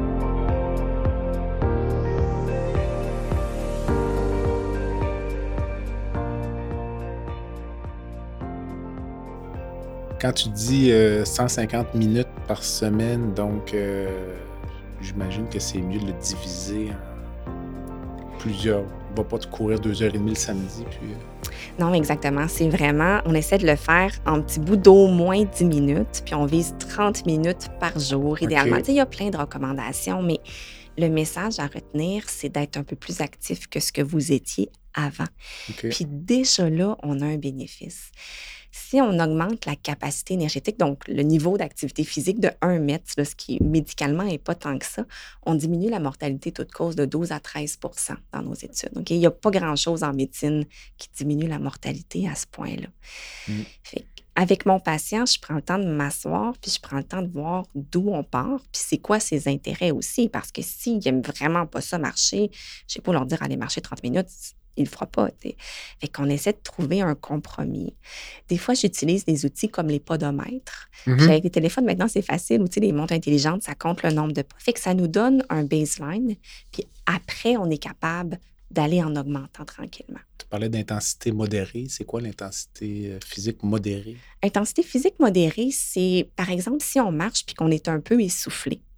Quand tu dis 150 minutes par semaine, donc j'imagine que c'est mieux de le diviser en plusieurs. On ne va pas te courir 2h30 le samedi. Puis, Non, exactement. C'est vraiment, on essaie de le faire en petits bouts d'au moins 10 minutes, puis on vise 30 minutes par jour, idéalement. OK. Tu sais, il y a plein de recommandations, mais le message à retenir, c'est d'être un peu plus actif que ce que vous étiez avant. OK. Puis déjà là, on a un bénéfice. Si on augmente la capacité énergétique, donc le niveau d'activité physique de 1 mètre, là, ce qui médicalement n'est pas tant que ça, on diminue la mortalité toute cause de 12 à 13 % dans nos études. Donc, il n'y a pas grand-chose en médecine qui diminue la mortalité à ce point-là. Mm. Fait avec mon patient, je prends le temps de m'asseoir, puis je prends le temps de voir d'où on part, puis c'est quoi ses intérêts aussi. Parce que s'ils n'aiment vraiment pas ça marcher, je sais pas leur dire aller marcher 30 minutes, il le fera pas. T'sais. Fait qu'on essaie de trouver un compromis. Des fois, j'utilise des outils comme les podomètres. Puis avec les téléphones, maintenant, c'est facile. Ou les montres intelligentes, ça compte le nombre de pas. Fait que ça nous donne un baseline. Puis après, on est capable d'aller en augmentant tranquillement. Tu parlais d'intensité modérée. C'est quoi l'intensité physique modérée? Intensité physique modérée, c'est, par exemple, si on marche puis qu'on est un peu essoufflé.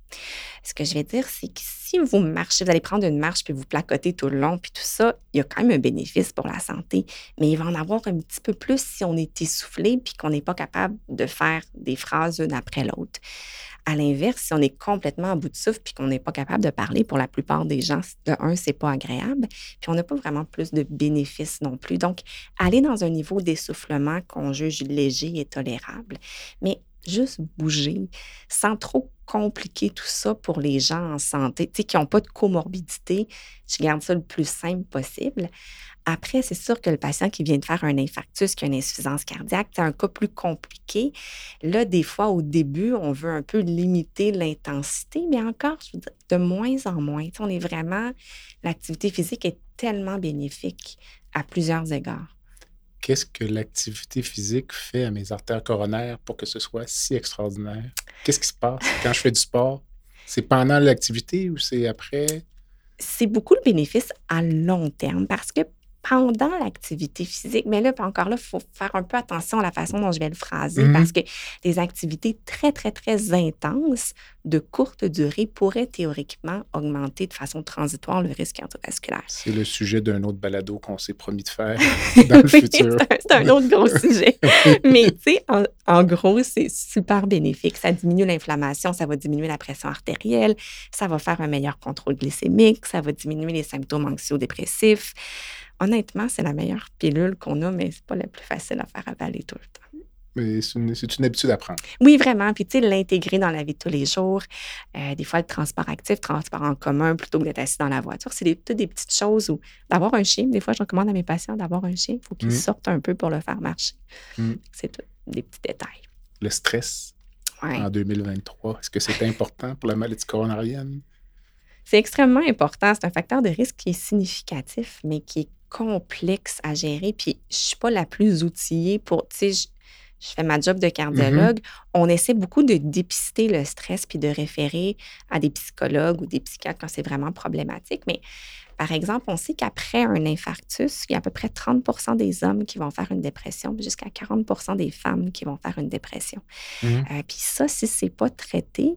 Ce que je vais dire, c'est que si vous marchez, vous allez prendre une marche puis vous placotez tout le long puis tout ça, il y a quand même un bénéfice pour la santé, mais il va en avoir un petit peu plus si on est essoufflé puis qu'on n'est pas capable de faire des phrases une après l'autre. À l'inverse, si on est complètement à bout de souffle puis qu'on n'est pas capable de parler, pour la plupart des gens, de un, c'est pas agréable, puis on n'a pas vraiment plus de bénéfices non plus. Donc, aller dans un niveau d'essoufflement qu'on juge léger et tolérable, mais juste bouger sans trop compliquer tout ça pour les gens en santé, tu sais, qui n'ont pas de comorbidité. Je garde ça le plus simple possible. Après, c'est sûr que le patient qui vient de faire un infarctus, qui a une insuffisance cardiaque, c'est un cas plus compliqué. Là, des fois, au début, on veut un peu limiter l'intensité, mais encore, je veux dire, de moins en moins. Tu sais, on est vraiment... L'activité physique est tellement bénéfique à plusieurs égards. Qu'est-ce que l'activité physique fait à mes artères coronaires pour que ce soit si extraordinaire? Qu'est-ce qui se passe quand je fais du sport? C'est pendant l'activité ou c'est après? C'est beaucoup le bénéfice à long terme parce que pendant l'activité physique, mais là, encore là, il faut faire un peu attention à la façon dont je vais le phraser parce que des activités très, très, très intenses de courte durée pourraient théoriquement augmenter de façon transitoire le risque cardiovasculaire. C'est le sujet d'un autre balado qu'on s'est promis de faire dans le futur. C'est un autre gros sujet. Mais tu sais, en gros, c'est super bénéfique. Ça diminue l'inflammation, ça va diminuer la pression artérielle, ça va faire un meilleur contrôle glycémique, ça va diminuer les symptômes anxio-dépressifs. Honnêtement, c'est la meilleure pilule qu'on a, mais c'est pas la plus facile à faire avaler tout le temps. Mais c'est une habitude à prendre. Oui, vraiment. Puis, tu sais, l'intégrer dans la vie de tous les jours. Des fois, le transport actif, transport en commun, plutôt que d'être assis dans la voiture, c'est toutes des petites choses où d'avoir un chien. Des fois, je recommande à mes patients d'avoir un chien. Il faut qu'ils sortent un peu pour le faire marcher. C'est tout, des petits détails. Le stress en 2023, est-ce que c'est important pour la maladie coronarienne? C'est extrêmement important. C'est un facteur de risque qui est significatif, mais qui est complexe à gérer. Puis, je ne suis pas la plus outillée pour, tu sais, je fais ma job de cardiologue. On essaie beaucoup de dépister le stress puis de référer à des psychologues ou des psychiatres quand c'est vraiment problématique. Mais par exemple, on sait qu'après un infarctus, il y a à peu près 30 des hommes qui vont faire une dépression, puis jusqu'à 40 des femmes qui vont faire une dépression. Puis ça, si c'est pas traité,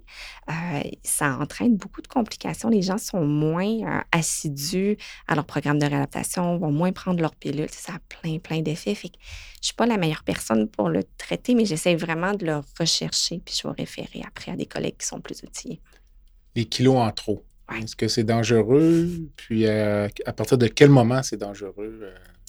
ça entraîne beaucoup de complications. Les gens sont moins assidus à leur programme de réadaptation, vont moins prendre leurs pilules. Ça a plein d'effets. Fait que je suis pas la meilleure personne pour le traiter, mais j'essaie vraiment de le rechercher, puis je vais référer après à des collègues qui sont plus outillés. Les kilos en trop. Est-ce que c'est dangereux? Puis à partir de quel moment c'est dangereux?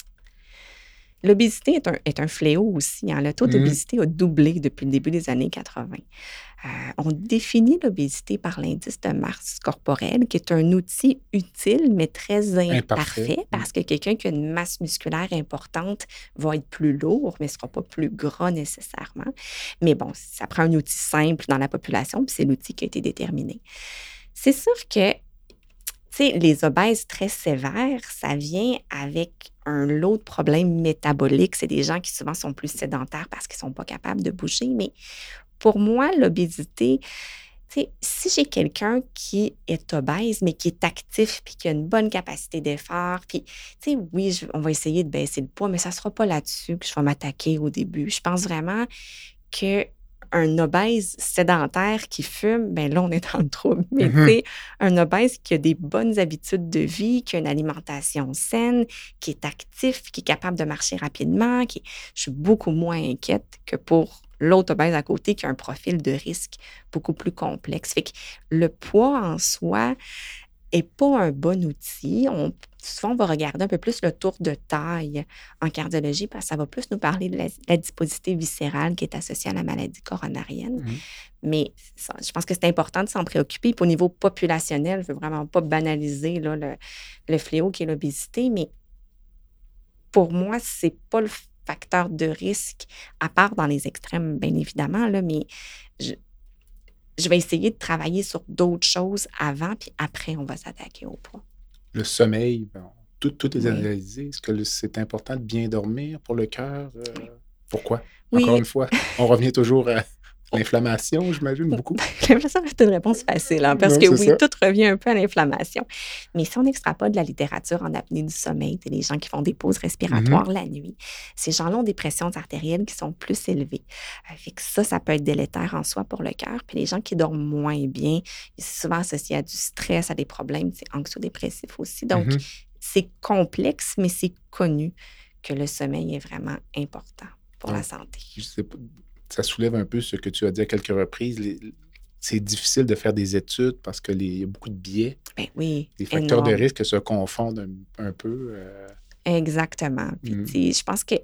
L'obésité est un fléau aussi. Hein. Le taux d'obésité a doublé depuis le début des années 80. On définit l'obésité par l'indice de masse corporelle, qui est un outil utile, mais très imparfait, parce que quelqu'un qui a une masse musculaire importante va être plus lourd, mais ne sera pas plus gras nécessairement. Mais bon, ça prend un outil simple dans la population, puis c'est l'outil qui a été déterminé. C'est sûr que, tu sais, les obèses très sévères, ça vient avec un lot de problèmes métaboliques. C'est des gens qui souvent sont plus sédentaires parce qu'ils ne sont pas capables de bouger. Mais pour moi, l'obésité, tu sais, si j'ai quelqu'un qui est obèse, mais qui est actif puis qui a une bonne capacité d'effort, puis, tu sais, oui, on va essayer de baisser le poids, mais ça ne sera pas là-dessus que je vais m'attaquer au début. Je pense vraiment que un obèse sédentaire qui fume, bien là, on est dans le trouble. Mais tu sais, un obèse qui a des bonnes habitudes de vie, qui a une alimentation saine, qui est actif, qui est capable de marcher rapidement, je suis beaucoup moins inquiète que pour l'autre obèse à côté qui a un profil de risque beaucoup plus complexe. Fait que le poids en soi n'est pas un bon outil. Souvent, on va regarder un peu plus le tour de taille en cardiologie parce que ça va plus nous parler de l'adiposité viscérale qui est associée à la maladie coronarienne. Mais ça, je pense que c'est important de s'en préoccuper. Puis au niveau populationnel, je ne veux vraiment pas banaliser là, le fléau qui est l'obésité, mais pour moi, ce n'est pas le facteur de risque, à part dans les extrêmes, bien évidemment, là, mais je vais essayer de travailler sur d'autres choses avant, puis après, on va s'attaquer au poids. Le sommeil, tout est analysé. Est-ce que c'est important de bien dormir pour le cœur? Pourquoi? Encore une fois, on revient toujours L'inflammation, j'imagine, beaucoup. L'inflammation, c'est une réponse facile, hein, parce Non, que c'est oui, ça. tout revient un peu à l'inflammation. Mais si on n'extrapole de la littérature en apnée du sommeil, c'est les gens qui font des pauses respiratoires la nuit, ces gens-là ont des pressions artérielles qui sont plus élevées. Fait que ça peut être délétère en soi pour le cœur. Puis les gens qui dorment moins bien, c'est souvent associé à du stress, à des problèmes anxio-dépressifs aussi. Donc, Mhm. c'est complexe, mais c'est connu que le sommeil est vraiment important pour la Donc, santé. je sais pas, ça soulève un peu ce que tu as dit à quelques reprises. C'est difficile de faire des études parce qu'il y a beaucoup de biais. Ben oui, Les facteurs de énorme. risque se confondent un peu. Exactement. Puis, tu sais, je pense que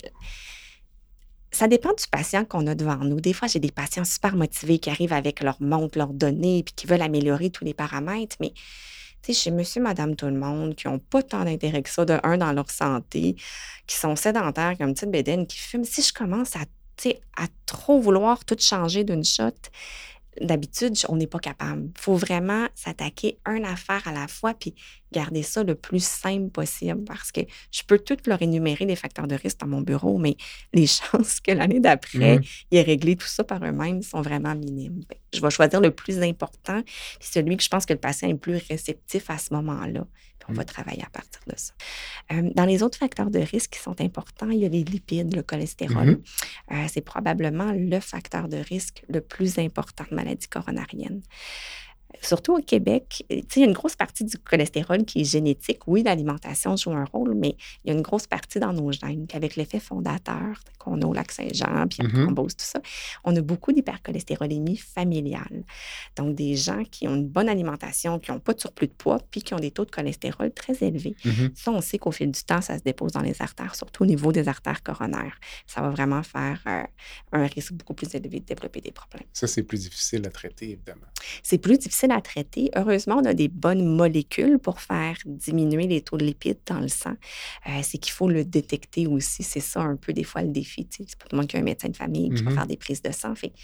ça dépend du patient qu'on a devant nous. Des fois, j'ai des patients super motivés qui arrivent avec leur montre, leurs données, puis qui veulent améliorer tous les paramètres. Mais, tu sais, chez monsieur, madame, tout le monde, qui n'ont pas tant d'intérêt que ça, de un, dans leur santé, qui sont sédentaires, comme une petite bédaine, qui fument, si je commence tu sais, à trop vouloir tout changer d'une shot, d'habitude, on n'est pas capable. Il faut vraiment s'attaquer une affaire à la fois puis garder ça le plus simple possible parce que je peux tout leur énumérer les facteurs de risque dans mon bureau, mais les chances que l'année d'après, ils aient réglé tout ça par eux-mêmes sont vraiment minimes. Je vais choisir le plus important puis celui que je pense que le patient est le plus réceptif à ce moment-là. Puis on va travailler à partir de ça. Dans les autres facteurs de risque qui sont importants, il y a les lipides, le cholestérol. C'est probablement le facteur de risque le plus important de maladie coronarienne. Surtout au Québec, tu sais, il y a une grosse partie du cholestérol qui est génétique. Oui, l'alimentation joue un rôle, mais il y a une grosse partie dans nos gènes. Puis avec l'effet fondateur qu'on a au Lac-Saint-Jean, puis en thrombose, tout ça, on a beaucoup d'hypercholestérolémie familiale. Donc, des gens qui ont une bonne alimentation, qui n'ont pas de surplus de poids, puis qui ont des taux de cholestérol très élevés. Ça, on sait qu'au fil du temps, ça se dépose dans les artères, surtout au niveau des artères coronaires. Ça va vraiment faire un risque beaucoup plus élevé de développer des problèmes. Ça, c'est plus difficile à traiter, évidemment. C'est plus difficile à traiter. Heureusement, on a des bonnes molécules pour faire diminuer les taux de lipides dans le sang. C'est qu'il faut le détecter aussi. C'est ça un peu des fois le défi. C'est pas tout le monde qui a un médecin de famille qui va faire des prises de sang. Fait,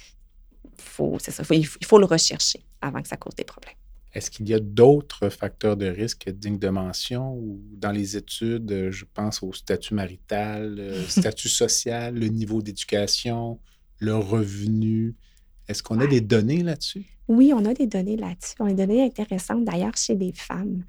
il faut le rechercher avant que ça cause des problèmes. Est-ce qu'il y a d'autres facteurs de risque dignes de mention ou dans les études, je pense au statut marital, le statut social, le niveau d'éducation, le revenu? Est-ce qu'on a des données là-dessus? Oui, on a des données là-dessus. On a des données intéressantes, d'ailleurs, chez les femmes.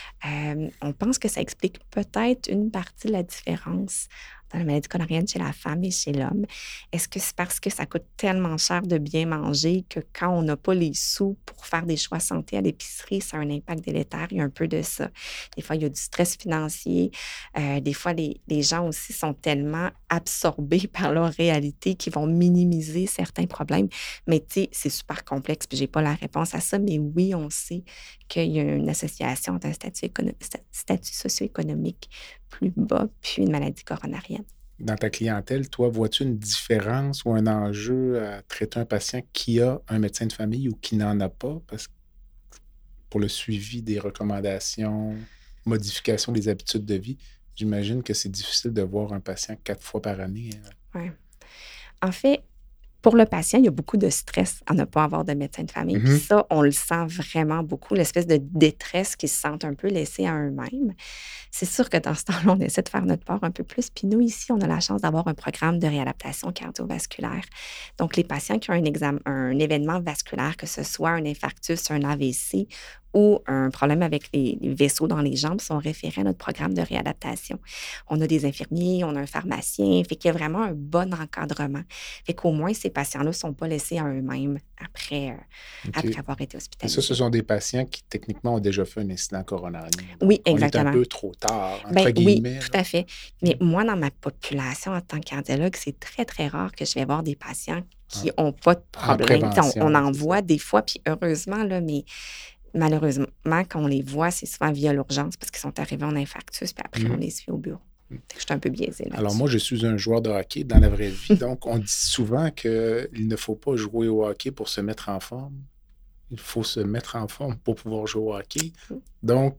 On pense que ça explique peut-être une partie de la différence dans la maladie coronarienne chez la femme et chez l'homme. Est-ce que c'est parce que ça coûte tellement cher de bien manger que quand on n'a pas les sous pour faire des choix santé à l'épicerie, ça a un impact délétère? Il y a un peu de ça. Des fois, il y a du stress financier. Des fois, les gens aussi sont tellement absorbés par leur réalité qu'ils vont minimiser certains problèmes. Mais tu sais, c'est super complexe, puis j'ai pas la réponse à ça. Mais oui, on sait qu'il y a une association entre un statut socio-économique plus bas puis une maladie coronarienne. Dans ta clientèle, toi, vois-tu une différence ou un enjeu à traiter un patient qui a un médecin de famille ou qui n'en a pas? Parce que pour le suivi des recommandations, modification des habitudes de vie, j'imagine que c'est difficile de voir un patient 4 fois par année. Oui. En fait, pour le patient, il y a beaucoup de stress à ne pas avoir de médecin de famille. Puis ça, on le sent vraiment beaucoup, l'espèce de détresse qu'ils se sentent un peu laissés à eux-mêmes. C'est sûr que dans ce temps-là, on essaie de faire notre part un peu plus. Puis nous, ici, on a la chance d'avoir un programme de réadaptation cardiovasculaire. Donc, les patients qui ont un événement vasculaire, que ce soit un infarctus, un AVC ou un problème avec les vaisseaux dans les jambes, sont référés à notre programme de réadaptation. On a des infirmiers, on a un pharmacien, fait qu'il y a vraiment un bon encadrement. Fait qu'au moins, ces patients-là ne sont pas laissés à eux-mêmes après avoir été Et hospitalisés. ça, ce sont des patients qui, techniquement, ont déjà fait un incident coronarien. Oui, On est exactement. un peu trop tard, entre guillemets. Oui, tout à fait. Mais moi, dans ma population, en tant que cardiologue, c'est très, très rare que je vais voir des patients qui n'ont pas de problème. On en voit des fois, puis heureusement, là, mais malheureusement, quand on les voit, c'est souvent via l'urgence parce qu'ils sont arrivés en infarctus, puis après, on les suit au bureau. Je suis un peu biaisée là-dessus. Alors moi, je suis un joueur de hockey dans la vraie vie, donc on dit souvent qu'il ne faut pas jouer au hockey pour se mettre en forme. Il faut se mettre en forme pour pouvoir jouer au hockey. Donc,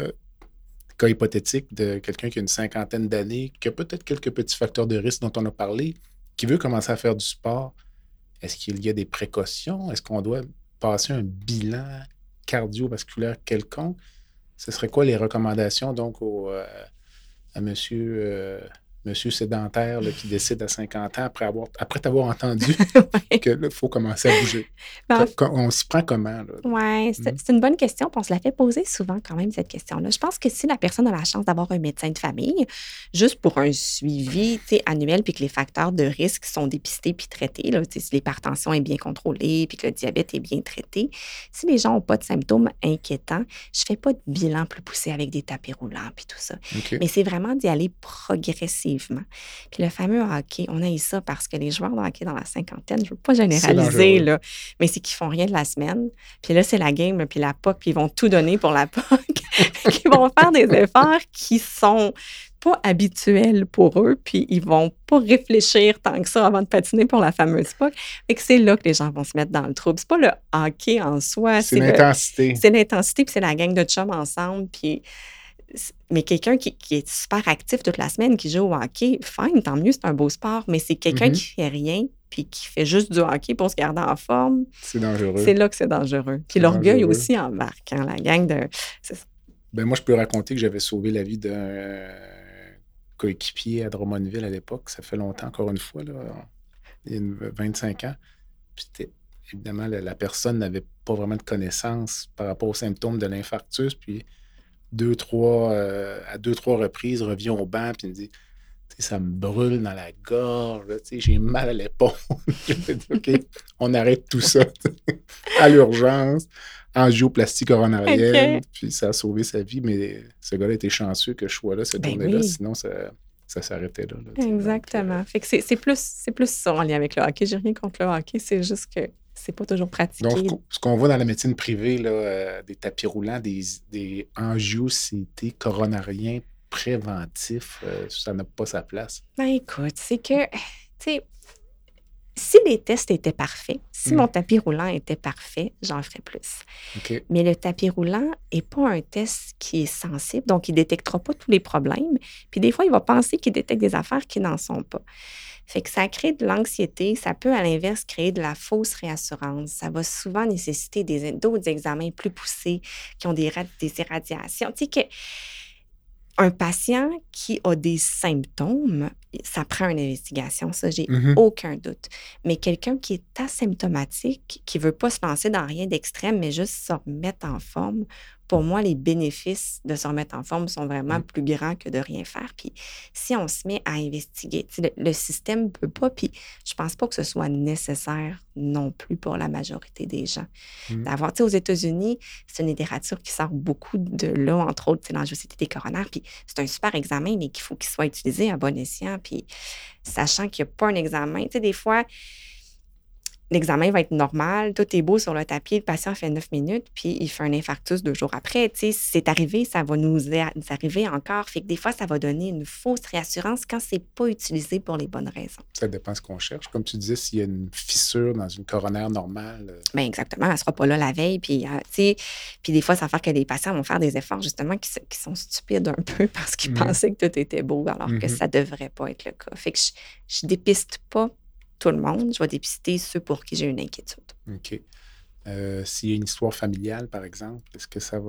cas hypothétique de quelqu'un qui a une 50aine d'années, qui a peut-être quelques petits facteurs de risque dont on a parlé, qui veut commencer à faire du sport, est-ce qu'il y a des précautions? Est-ce qu'on doit passer un bilan cardiovasculaire quelconque? Ce serait quoi les recommandations donc à monsieur monsieur sédentaire là, qui décide à 50 ans après t'avoir entendu Ouais. que là, il faut commencer à bouger. Ben, On s'y prend comment, là? ouais, c'est une bonne question, puis on se la fait poser souvent quand même, cette question-là. Je pense que si la personne a la chance d'avoir un médecin de famille, juste pour un suivi, tu sais, annuel, puis que les facteurs de risque sont dépistés puis traités, là, tu sais, si l'hypertension est bien contrôlée, puis que le diabète est bien traité, si les gens n'ont pas de symptômes inquiétants, je fais pas de bilan plus poussé avec des tapis roulants puis tout ça. OK. Mais c'est vraiment d'y aller progressivement. Puis le fameux hockey, on a eu ça parce que les joueurs de hockey dans la cinquantaine, je veux pas généraliser, dangereux. là, mais c'est qu'ils font rien de la semaine. Puis là, c'est la game, là, puis la POC, puis ils vont tout donner pour la POC. Ils vont faire des efforts qui sont pas habituels pour eux, puis ils vont pas réfléchir tant que ça avant de patiner pour la fameuse POC. Fait que c'est là que les gens vont se mettre dans le trouble. C'est pas le hockey en soi, C'est l'intensité. c'est l'intensité, puis c'est la gang de chums ensemble, puis... Mais quelqu'un qui est super actif toute la semaine, qui joue au hockey, fine, tant mieux, c'est un beau sport, mais c'est quelqu'un qui fait rien puis qui fait juste du hockey pour se garder en forme. C'est dangereux. C'est là que c'est dangereux. Puis C'est l'orgueil dangereux. aussi embarque, hein, la gang de... Ben moi, je peux raconter que j'avais sauvé la vie d'un coéquipier à Drummondville à l'époque. Ça fait longtemps, encore une fois, là, il y a 25 ans. Puis évidemment, la personne n'avait pas vraiment de connaissances par rapport aux symptômes de l'infarctus. Puis à deux, trois reprises, revient au banc puis il me dit, tu sais, ça me brûle dans la gorge, là, tu sais, j'ai mal à l'épaule. Je me dis, OK, on arrête tout ça à l'urgence, angioplastie coronarienne, puis ça a sauvé sa vie, mais ce gars-là était chanceux que je sois là cette journée-là, sinon ça s'arrêtait là. Exactement. Fait que c'est plus ça en lien avec le hockey. J'ai rien contre le hockey, c'est juste que c'est pas toujours pratiqué. Donc, ce qu'on voit dans la médecine privée, là, des tapis roulants, des angio-CT coronariens préventifs, ça n'a pas sa place. Ben écoute, c'est que, tu sais, si les tests étaient parfaits, si mon tapis roulant était parfait, j'en ferais plus. OK. Mais le tapis roulant n'est pas un test qui est sensible, donc il ne détectera pas tous les problèmes. Puis des fois, il va penser qu'il détecte des affaires qui n'en sont pas. Fait que ça crée de l'anxiété, ça peut à l'inverse créer de la fausse réassurance. Ça va souvent nécessiter d'autres examens plus poussés qui ont des irradiations. Tu sais que un patient qui a des symptômes, ça prend une investigation, ça, j'ai aucun doute. Mais quelqu'un qui est asymptomatique, qui ne veut pas se lancer dans rien d'extrême, mais juste se remettre en forme, pour moi, les bénéfices de se remettre en forme sont vraiment plus grands que de rien faire. Puis si on se met à investiguer, le système ne peut pas, puis je pense pas que ce soit nécessaire non plus pour la majorité des gens. D'avoir, tu sais, aux États-Unis, c'est une littérature qui sort beaucoup de là, entre autres, l'angiosité des coronaires, puis c'est un super examen, mais qu'il faut qu'il soit utilisé à bon escient, puis sachant qu'il n'y a pas un examen. Tu sais, des fois, l'examen va être normal, tout est beau sur le tapis, le patient fait 9 minutes, puis il fait un infarctus 2 jours après. Tu sais, si c'est arrivé, ça va nous arriver encore. Fait que des fois, ça va donner une fausse réassurance quand c'est pas utilisé pour les bonnes raisons. Ça dépend ce qu'on cherche. Comme tu disais, s'il y a une fissure dans une coronaire normale... Bien, exactement. Elle ne sera pas là la veille. Puis, tu sais, puis des fois, ça va faire que les patients vont faire des efforts, justement, qui sont stupides un peu parce qu'ils pensaient que tout était beau, alors que ça ne devrait pas être le cas. Fait que je dépiste pas tout le monde, je vais dépister ceux pour qui j'ai une inquiétude. OK. S'il y a une histoire familiale, par exemple, est-ce que ça va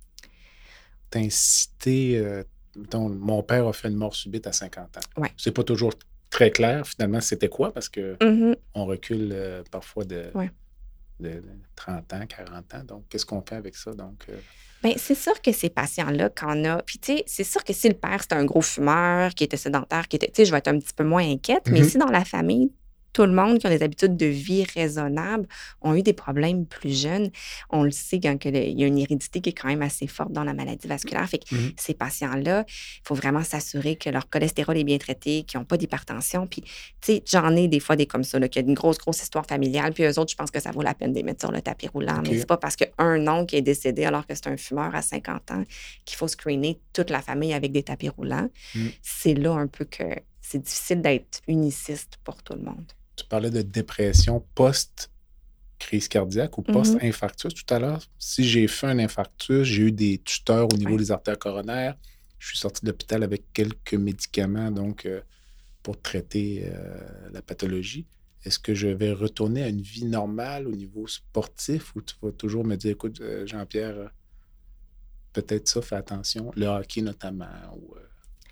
t'inciter... mon père a fait une mort subite à 50 ans. Ouais. C'est pas toujours très clair, finalement, c'était quoi, parce que on recule parfois de 30 ans, 40 ans. Donc, qu'est-ce qu'on fait avec ça? Donc, bien, c'est sûr que ces patients-là, quand on a... Puis, tu sais, c'est sûr que si le père, c'était un gros fumeur, qui était sédentaire, tu sais, je vais être un petit peu moins inquiète, mais si dans la famille, tout le monde qui a des habitudes de vie raisonnables ont eu des problèmes plus jeunes. On le sait quand il y a une hérédité qui est quand même assez forte dans la maladie vasculaire. Fait que ces patients-là, il faut vraiment s'assurer que leur cholestérol est bien traité, qu'ils n'ont pas d'hypertension. Puis, tu sais, j'en ai des fois des comme ça, là, qui a une grosse histoire familiale. Puis eux autres, je pense que ça vaut la peine de les mettre sur le tapis roulant. Okay. Mais c'est pas parce qu'un oncle qui est décédé alors que c'est un fumeur à 50 ans qu'il faut screener toute la famille avec des tapis roulants. C'est là un peu que c'est difficile d'être uniciste pour tout le monde. Tu parlais de dépression post-crise cardiaque ou post-infarctus tout à l'heure. Si j'ai fait un infarctus, j'ai eu des tuteurs au niveau des artères coronaires. Je suis sorti de l'hôpital avec quelques médicaments donc, pour traiter la pathologie. Est-ce que je vais retourner à une vie normale au niveau sportif ou tu vas toujours me dire, écoute, Jean-Pierre, peut-être ça, fais attention, le hockey notamment? Ou,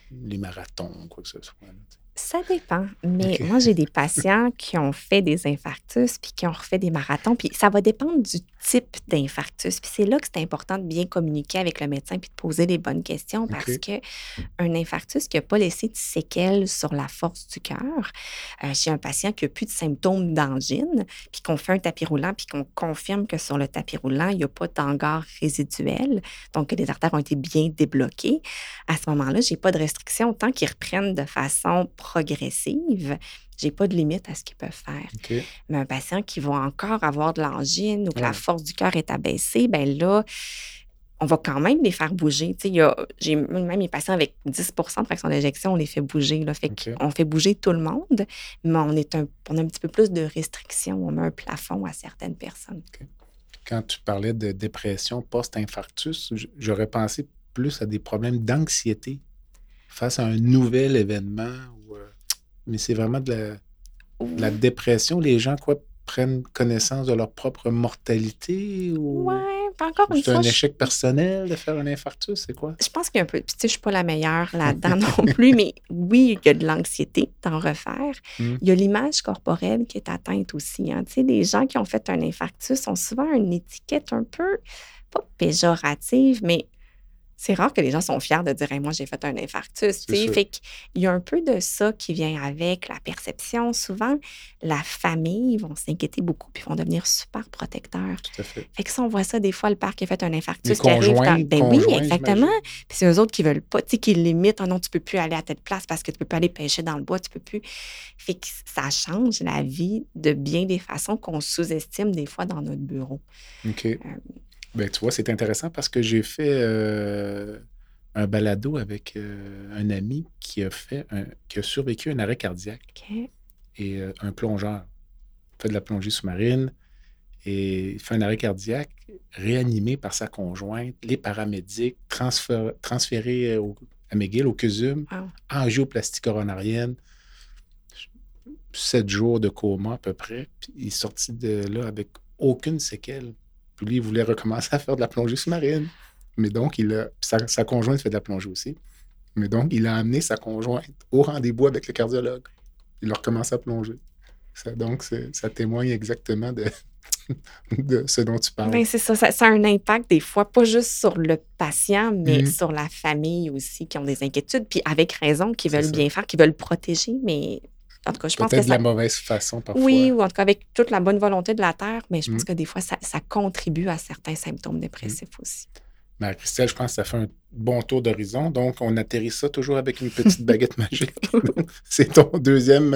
les marathons, quoi que ce soit. Là, Ça dépend. Mais OK. moi, j'ai des patients qui ont fait des infarctus puis qui ont refait des marathons. Puis ça va dépendre du type d'infarctus. Puis c'est là que c'est important de bien communiquer avec le médecin puis de poser les bonnes questions parce OK. que un infarctus qui n'a pas laissé de séquelles sur la force du cœur, chez un patient qui n'a plus de symptômes d'angine, puis qu'on fait un tapis roulant puis qu'on confirme que sur le tapis roulant, il n'y a pas d'angare résiduelle, donc que les artères ont été bien débloquées, à ce moment-là, je n'ai pas de restriction tant qu'ils reprennent de façon progressive. Je n'ai pas de limite à ce qu'ils peuvent faire. OK. Mais un patient qui va encore avoir de l'angine ou que la Ouais. force du cœur est abaissée, bien là, on va quand même les faire bouger. Tu sais, j'ai même mes patients avec 10 de fraction d'éjection, on les fait bouger. Là. Fait OK. qu'on fait bouger tout le monde, mais on a un petit peu plus de restrictions. On met un plafond à certaines personnes. Quand tu parlais de dépression post-infarctus, j'aurais pensé plus à des problèmes d'anxiété face à un nouvel événement. Mais c'est vraiment de la dépression. Les gens, prennent connaissance de leur propre mortalité ou Ouais, encore une c'est fois, un échec personnel de faire un infarctus? C'est quoi? je pense qu'il y a un peu. Puis, tu sais, je suis pas la meilleure là-dedans non plus, mais oui, il y a de l'anxiété d'en refaire. Mm. Il y a l'image corporelle qui est atteinte aussi. Hein. Tu sais, les gens qui ont fait un infarctus ont souvent une étiquette un peu, pas péjorative, mais c'est rare que les gens sont fiers de dire hey, moi, j'ai fait un infarctus. Tu sais. sûr. Fait qu'il y a un peu de ça qui vient avec la perception. Souvent, la famille vont s'inquiéter beaucoup puis vont devenir super protecteurs. Tout à fait. Fait que ça, on voit ça des fois, le père qui a fait un Les infarctus qui arrive conjoints, Ben oui, conjoints, exactement. j'imagine. Puis c'est eux autres qui veulent pas, tu sais, qui limitent. Ah non, tu peux plus aller à telle place parce que tu peux pas aller pêcher dans le bois, tu peux plus. Fait que ça change la vie de bien des façons qu'on sous-estime des fois dans notre bureau. OK. Ben, tu vois, c'est intéressant parce que j'ai fait un balado avec un ami qui a survécu à un arrêt cardiaque OK. et un plongeur. Il fait de la plongée sous-marine et il fait un arrêt cardiaque réanimé par sa conjointe, les paramédics, transféré à McGill, au CUSUM, Wow. angioplastie coronarienne, 7 jours de coma à peu près. Puis il est sorti de là avec aucune séquelle. Puis lui, il voulait recommencer à faire de la plongée sous-marine. Mais donc, sa conjointe fait de la plongée aussi. Mais donc, il a amené sa conjointe au rendez-vous avec le cardiologue. Il a recommencé à plonger. Ça témoigne exactement de ce dont tu parles. Ben, c'est ça, ça a un impact des fois, pas juste sur le patient, mais Mhm. sur la famille aussi, qui ont des inquiétudes, puis avec raison, qui C'est veulent ça. bien faire, qui veulent protéger, mais en tout cas, je pense que Peut-être de ça... la mauvaise façon parfois. Oui, ou en tout cas avec toute la bonne volonté de la Terre, mais je pense Mhm. que des fois, ça contribue à certains symptômes dépressifs aussi. Marie-Christelle, je pense que ça fait un bon tour d'horizon. Donc, on atterrit ça toujours avec une petite baguette magique. C'est ton deuxième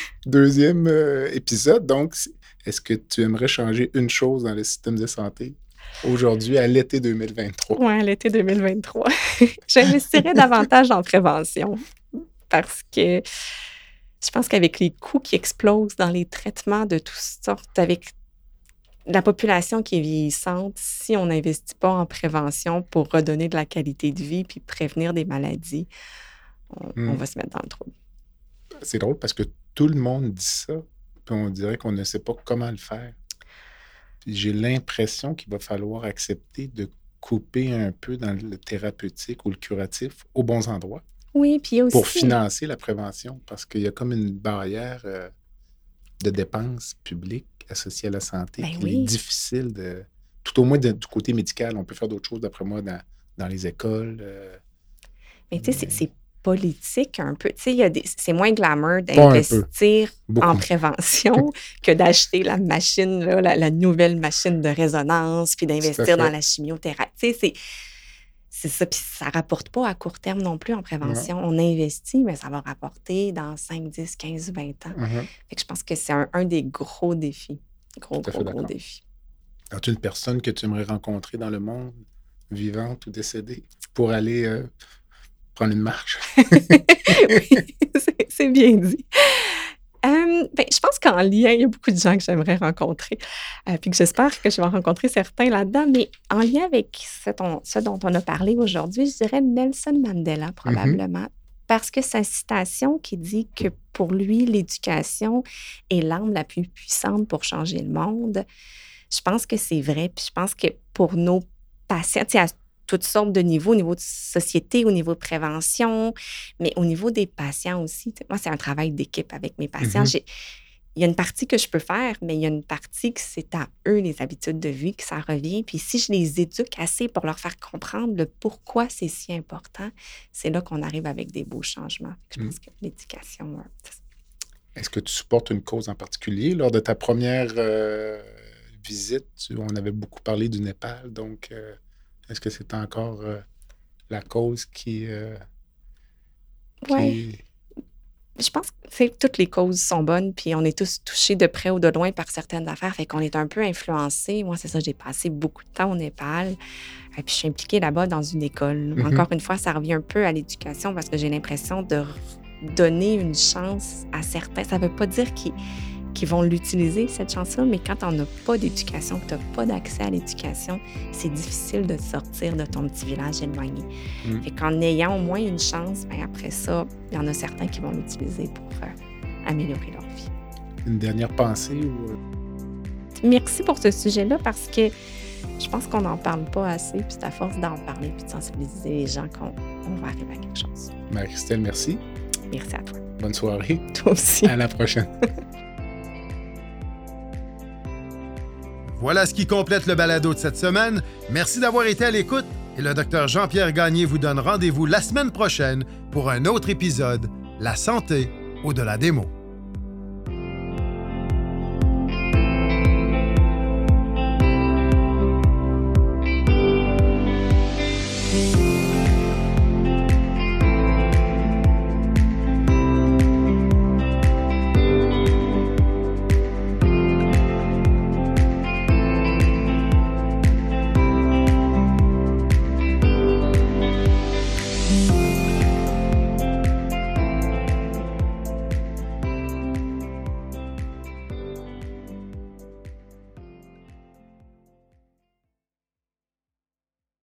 épisode. Donc, est-ce que tu aimerais changer une chose dans le système de santé aujourd'hui, à l'été 2023? Oui, l'été 2023. J'investirais davantage en prévention parce que je pense qu'avec les coûts qui explosent dans les traitements de toutes sortes, avec la population qui est vieillissante, si on n'investit pas en prévention pour redonner de la qualité de vie puis prévenir des maladies, on va se mettre dans le trouble. C'est drôle parce que tout le monde dit ça, puis on dirait qu'on ne sait pas comment le faire. Puis j'ai l'impression qu'il va falloir accepter de couper un peu dans le thérapeutique ou le curatif aux bons endroits Oui, puis il y a aussi... pour financer la prévention, parce qu'il y a comme une barrière de dépenses publiques associées à la santé Ben qui oui. est difficile de... Tout au moins du côté médical, on peut faire d'autres choses, d'après moi, dans les écoles. Mais tu sais, c'est politique un peu. Tu sais, c'est moins glamour Pas un peu. d'investir Beaucoup. en prévention que d'acheter la machine, là, la nouvelle machine de résonance, puis Tout à d'investir fait. dans la chimiothérapie. Tu sais, c'est ça. Puis ça ne rapporte pas à court terme non plus en prévention. On investit, mais ça va rapporter dans 5, 10, 15, 20 ans. Mhm. Fait que je pense que c'est un des gros défis. Gros d'accord. défi. As-tu une personne que tu aimerais rencontrer dans le monde, vivante ou décédée, pour aller prendre une marche? Oui, c'est bien dit. Je pense qu'en lien, il y a beaucoup de gens que j'aimerais rencontrer, puis que j'espère que je vais en rencontrer certains là-dedans, mais en lien avec ce dont on a parlé aujourd'hui, je dirais Nelson Mandela, probablement, parce que sa citation qui dit que pour lui, l'éducation est l'arme la plus puissante pour changer le monde, je pense que c'est vrai, puis je pense que pour nos patients, tu sais, toutes sortes de niveaux, au niveau de société, au niveau de prévention, mais au niveau des patients aussi. Moi, c'est un travail d'équipe avec mes patients. Il y a une partie que je peux faire, mais il y a une partie que c'est à eux, les habitudes de vie, que ça revient. Puis si je les éduque assez pour leur faire comprendre le pourquoi c'est si important, c'est là qu'on arrive avec des beaux changements. Je pense que l'éducation... Est-ce que tu supportes une cause en particulier? Lors de ta première visite, on avait beaucoup parlé du Népal, donc est-ce que c'est encore la cause qui... Oui. Je pense que toutes les causes sont bonnes, puis on est tous touchés de près ou de loin par certaines affaires, fait qu'on est un peu influencés. Moi, c'est ça, j'ai passé beaucoup de temps au Népal, et puis je suis impliquée là-bas dans une école. Encore une fois, ça revient un peu à l'éducation parce que j'ai l'impression de donner une chance à certains. Ça ne veut pas dire qu'ils vont l'utiliser, cette chance-là, mais quand on n'a pas d'éducation, que tu n'as pas d'accès à l'éducation, c'est difficile de sortir de ton petit village éloigné. Fait qu'en ayant au moins une chance, bien après ça, il y en a certains qui vont l'utiliser pour améliorer leur vie. Une dernière pensée? Merci pour ce sujet-là parce que je pense qu'on n'en parle pas assez, puis c'est à force d'en parler puis de sensibiliser les gens qu'on va arriver à quelque chose. Marie-Christelle, merci. Merci à toi. Bonne soirée. Toi aussi. À la prochaine. Voilà ce qui complète le balado de cette semaine. Merci d'avoir été à l'écoute et le Dr Jean-Pierre Gagné vous donne rendez-vous la semaine prochaine pour un autre épisode, La santé au-delà des mots.